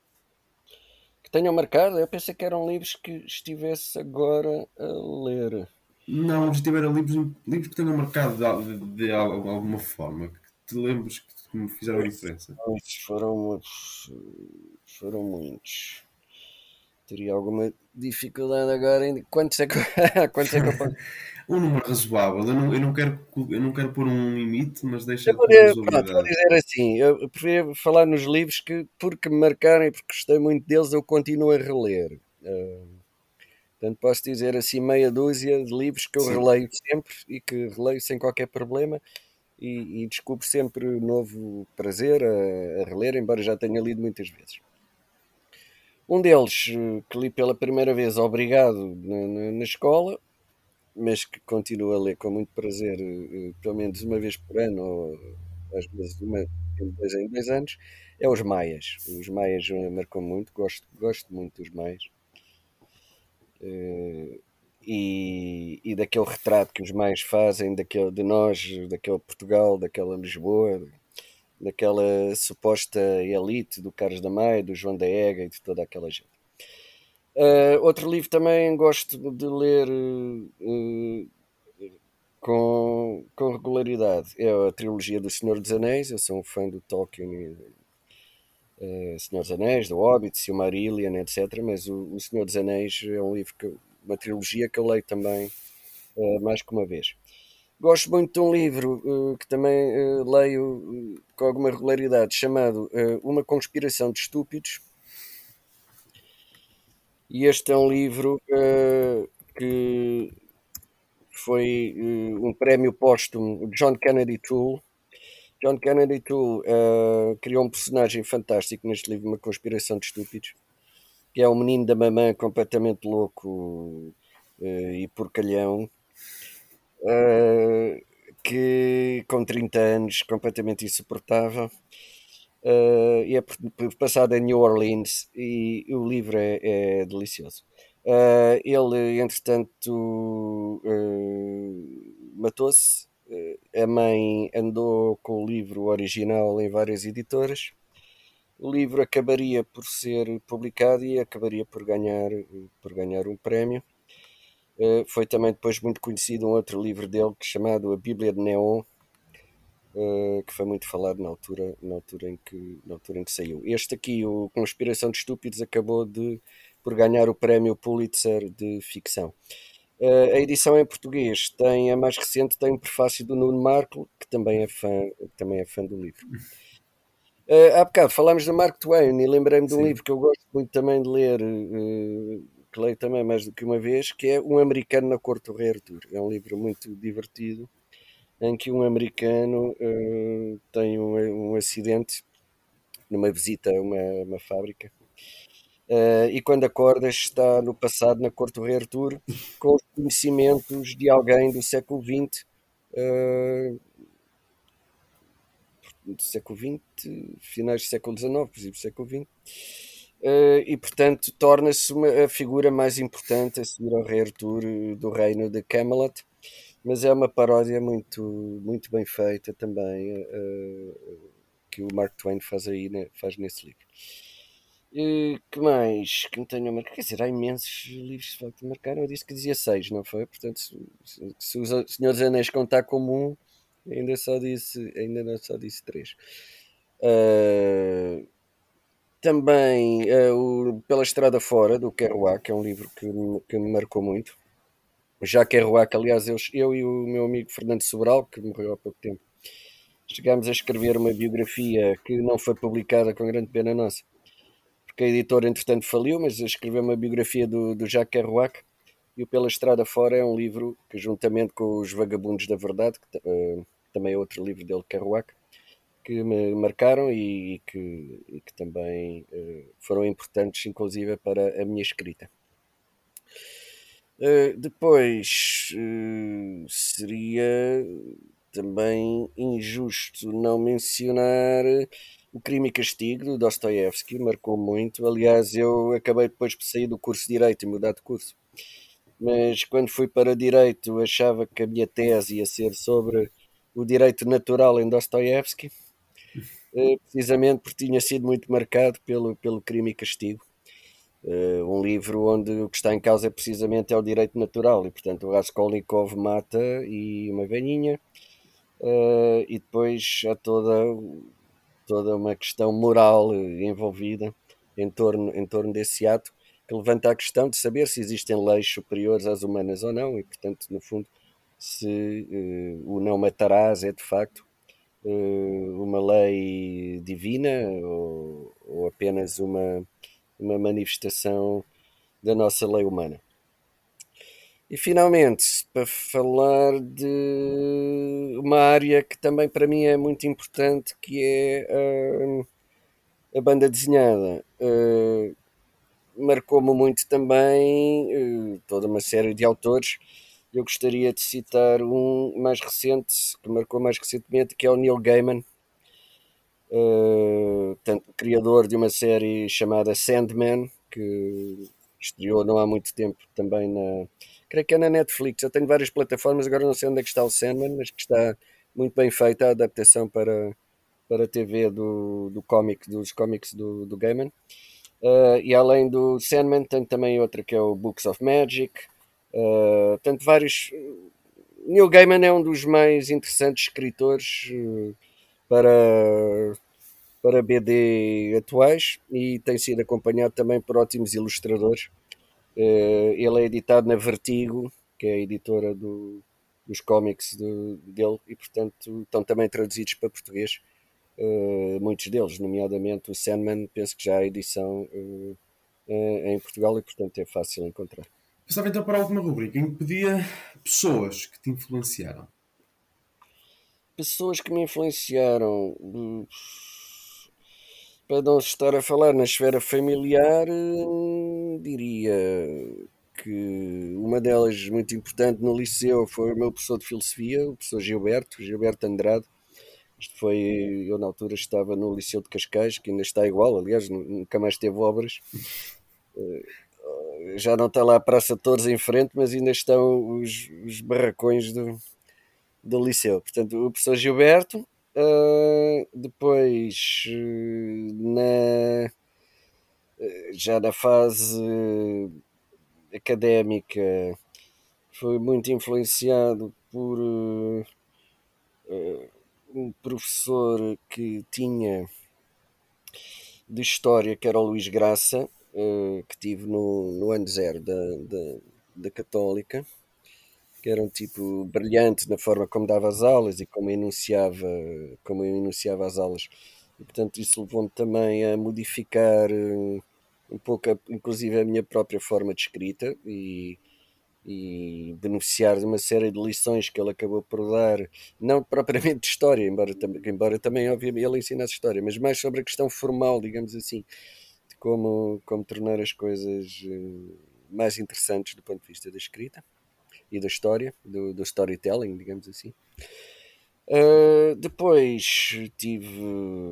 B: que tenham marcado. Eu pensei que eram livros que estivesse agora a ler.
A: Não, se tiver livros, livros que tenham marcado de, de, de alguma forma, que te lembres que me fizeram diferença?
B: Muitos, foram, foram muitos. Teria alguma dificuldade agora em quantos é que, quantos é que eu posso.
A: Um número razoável. Eu não, eu não quero, eu não quero pôr um limite, mas deixa
B: Eu vou,
A: com
B: pronto, vou
A: razoabilidade.
B: dizer assim, eu prefiro falar nos livros que, porque me marcaram e porque gostei muito deles, eu continuo a reler. Uh, portanto, posso dizer assim meia dúzia de livros que eu
A: Sim.
B: releio sempre e que releio sem qualquer problema e, e descubro sempre novo prazer a, a reler, embora já tenha lido muitas vezes. Um deles, que li pela primeira vez, obrigado, na, na, na escola, mas que continuo a ler com muito prazer, pelo menos uma vez por ano, ou às vezes uma de dois em dois anos, é Os Maias. Os Maias marcam muito, gosto, gosto muito dos Maias. E, e daquele retrato que os Maias fazem daquele, de nós, daquele Portugal, daquela Lisboa, daquela suposta elite do Carlos da Maia, do João da Ega e de toda aquela gente. Uh, outro livro também gosto de ler uh, com, com regularidade é a trilogia do Senhor dos Anéis. Eu sou um fã do Tolkien, uh, Senhor dos Anéis, do Hobbit, Silmarillion, etcétera. Mas o, o Senhor dos Anéis é um livro, que, uma trilogia que eu leio também uh, mais que uma vez. Gosto muito de um livro uh, que também uh, leio uh, com alguma regularidade, chamado uh, Uma Conspiração de Estúpidos. E este é um livro uh, que foi uh, um prémio póstumo, John Kennedy Toole. John Kennedy Toole uh, criou um personagem fantástico neste livro, Uma Conspiração de Estúpidos, que é um menino da mamã completamente louco uh, e porcalhão, uh, que com trinta anos, completamente insuportável. Uh, e é passado em New Orleans e o livro é, é delicioso. Uh, ele, entretanto, uh, matou-se. Uh, a mãe andou com o livro original em várias editoras. O livro acabaria por ser publicado e acabaria por ganhar, por ganhar um prémio. Uh, foi também depois muito conhecido um outro livro dele chamado A Bíblia de Neon, Uh, que foi muito falado na altura, na, altura em que, na altura em que saiu. Este aqui, o Conspiração de Estúpidos, acabou de, por ganhar o prémio Pulitzer de ficção. Uh, a edição em português tem, a mais recente, tem um prefácio do Nuno Marco, que também é fã, também é fã do livro. Uh, há bocado falámos do Mark Twain e lembrei-me de um
A: Sim.
B: livro que eu gosto muito também de ler, uh, que leio também mais do que uma vez, que é Um Americano na Corte do Rei Artur. É um livro muito divertido, em que um americano uh, tem um, um acidente numa visita a uma, uma fábrica uh, e quando acorda está no passado, na corte do Rei Artur, com os conhecimentos de alguém do século vinte, uh, do século vinte, finais do século dezanove, princípio do século vinte, uh, e portanto torna-se uma, a figura mais importante a seguir ao Rei Artur do reino de Camelot. Mas é uma paródia muito, muito bem feita também, uh, que o Mark Twain faz aí, né, faz nesse livro. E que mais que me tenho a marcar? Quer dizer, há imensos livros que me marcaram. Eu disse que dizia seis, não foi? Portanto, se, se, se o Senhor dos Anéis contar como um, ainda só disse, ainda não só disse três. Uh, também uh, o Pela Estrada Fora, do Kerouac, que é um livro que, que me marcou muito. Já Kerouac, aliás, eu, eu e o meu amigo Fernando Sobral, que morreu há pouco tempo, chegámos a escrever uma biografia que não foi publicada, com grande pena nossa, porque a editora entretanto faliu, mas escreveu uma biografia do, do Jacques Kerouac, e o Pela Estrada Fora é um livro que, juntamente com Os Vagabundos da Verdade, que uh, também é outro livro dele, Kerouac, que me marcaram e, e, que, e que também uh, foram importantes, inclusive, para a minha escrita. Uh, depois uh, seria também injusto não mencionar O Crime e Castigo, do Dostoiévski, marcou muito. Aliás, eu acabei depois de sair do curso de Direito e mudar de curso, mas quando fui para Direito achava que a minha tese ia ser sobre o direito natural em Dostoiévski, uh, precisamente porque tinha sido muito marcado pelo, pelo Crime e Castigo. Uh, um livro onde o que está em causa precisamente é o direito natural e, portanto, o Raskolnikov mata e uma velhinha uh, e depois há toda, toda uma questão moral envolvida em torno, em torno desse ato, que levanta a questão de saber se existem leis superiores às humanas ou não, e portanto, no fundo, se uh, o não matarás é de facto uh, uma lei divina ou, ou apenas uma, uma manifestação da nossa lei humana. E finalmente, para falar de uma área que também para mim é muito importante, que é uh, a banda desenhada. Uh, marcou-me muito também uh, toda uma série de autores. Eu gostaria de citar um mais recente, que marcou mais recentemente, que é o Neil Gaiman, uh, tanto criador de uma série chamada Sandman, que estreou não há muito tempo também na... Creio que é na Netflix. Eu tenho várias plataformas, agora não sei onde é que está o Sandman, mas que está muito bem feita a adaptação para, para a T V do, do cómic, dos cómics do, do Gaiman. Uh, e além do Sandman, tem também outra que é o Books of Magic. Uh, tanto vários. Neil Gaiman é um dos mais interessantes escritores uh, para, para B D atuais e tem sido acompanhado também por ótimos ilustradores. Uh, ele é editado na Vertigo, que é a editora do, dos cómics do, dele, e portanto estão também traduzidos para português. Uh, muitos deles, nomeadamente o Sandman, penso que já há edição uh, uh, em Portugal e portanto é fácil encontrar.
A: Passava então para a última rubrica, em que pedia pessoas que te influenciaram.
B: Pessoas que me influenciaram, uh, para não estar a falar na esfera familiar, uh, diria que uma delas muito importante no liceu foi o meu professor de filosofia, o professor Gilberto, Gilberto Andrade. Isto foi, eu na altura estava no Liceu de Cascais, que ainda está igual, aliás, nunca mais teve obras. Já não está lá a Praça de Torres em frente, mas ainda estão os, os barracões do, do Liceu. Portanto, o professor Gilberto, uh, depois uh, na, já na fase académica, foi muito influenciado por uh, uh, um professor que tinha de História, que era o Luís Graça, uh, que tive no, no ano zero da, da, da Católica, que era um tipo brilhante na forma como dava as aulas e como enunciava, como eu enunciava as aulas. E, portanto, isso levou-me também a modificar uh, um pouco, a, inclusive, a minha própria forma de escrita e, e beneficiar de uma série de lições que ele acabou por dar, não propriamente de história, embora, embora também, obviamente, ele ensinasse história, mas mais sobre a questão formal, digamos assim, de como, como tornar as coisas uh, mais interessantes do ponto de vista da escrita e da história, do, do storytelling, digamos assim. Uh, depois tive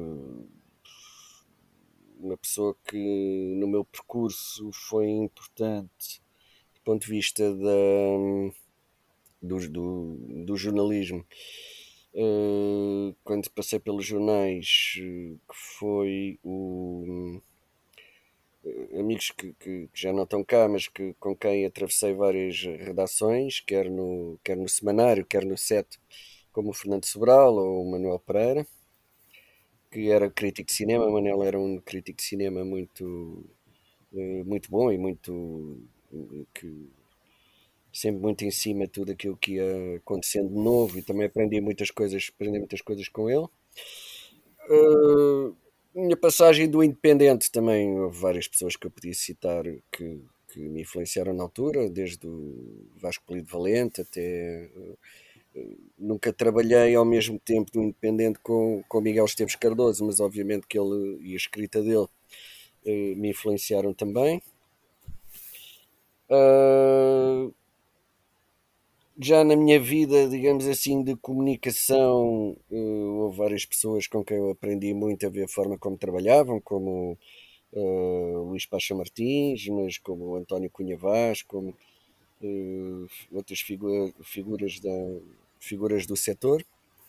B: uma pessoa que no meu percurso foi importante do ponto de vista da, do, do, do jornalismo. Uh, quando passei pelos jornais, que foi o amigos que, que, que já não estão cá, mas que, com quem atravessei várias redações, quer no, quer no Semanário, quer no Sete, como o Fernando Sobral ou o Manuel Pereira, que era crítico de cinema. O Manuel era um crítico de cinema muito, muito bom e muito que sempre muito em cima de tudo aquilo que ia acontecendo de novo, e também aprendi muitas coisas, aprendi muitas coisas com ele. Uh, minha passagem do Independente também houve várias pessoas que eu podia citar que, que me influenciaram na altura, desde o Vasco Polido Valente até uh, nunca trabalhei ao mesmo tempo do Independente com, com Miguel Esteves Cardoso, mas obviamente que ele e a escrita dele uh, me influenciaram também. Uh, já na minha vida, digamos assim, de comunicação, uh, houve várias pessoas com quem eu aprendi muito a ver a forma como trabalhavam, como uh, Luís Pacha Martins, mas como o António Cunha Vaz, como uh, outras figura, figuras, da, figuras do setor.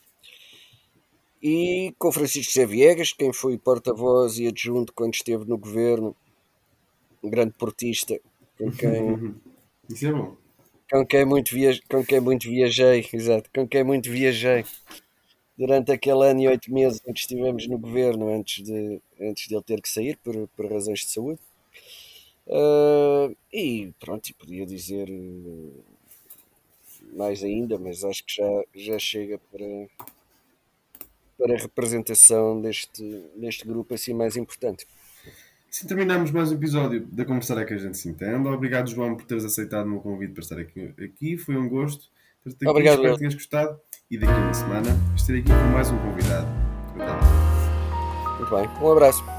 B: E com Francisco José Viegas, quem foi porta-voz e adjunto quando esteve no governo, um grande portista, com quem...
A: Isso é bom.
B: Com quem muito, via... com quem muito viajei, exato, com quem muito viajei. durante aquele ano e oito meses em que estivemos no governo antes de, antes de ele ter que sair por, por razões de saúde. Uh, e pronto, e podia dizer uh, mais ainda, mas acho que já, já chega para, para a representação deste, deste grupo assim mais importante.
A: Assim terminamos mais um episódio da Conversar é que a gente se entende. Obrigado, João, por teres aceitado o meu convite para estar aqui. aqui. Foi um gosto ter-te aqui.
B: Obrigado,
A: Espero
B: eu.
A: que tenhas gostado. E daqui a uma semana estarei aqui com mais um convidado. Até lá.
B: Muito bem, um abraço.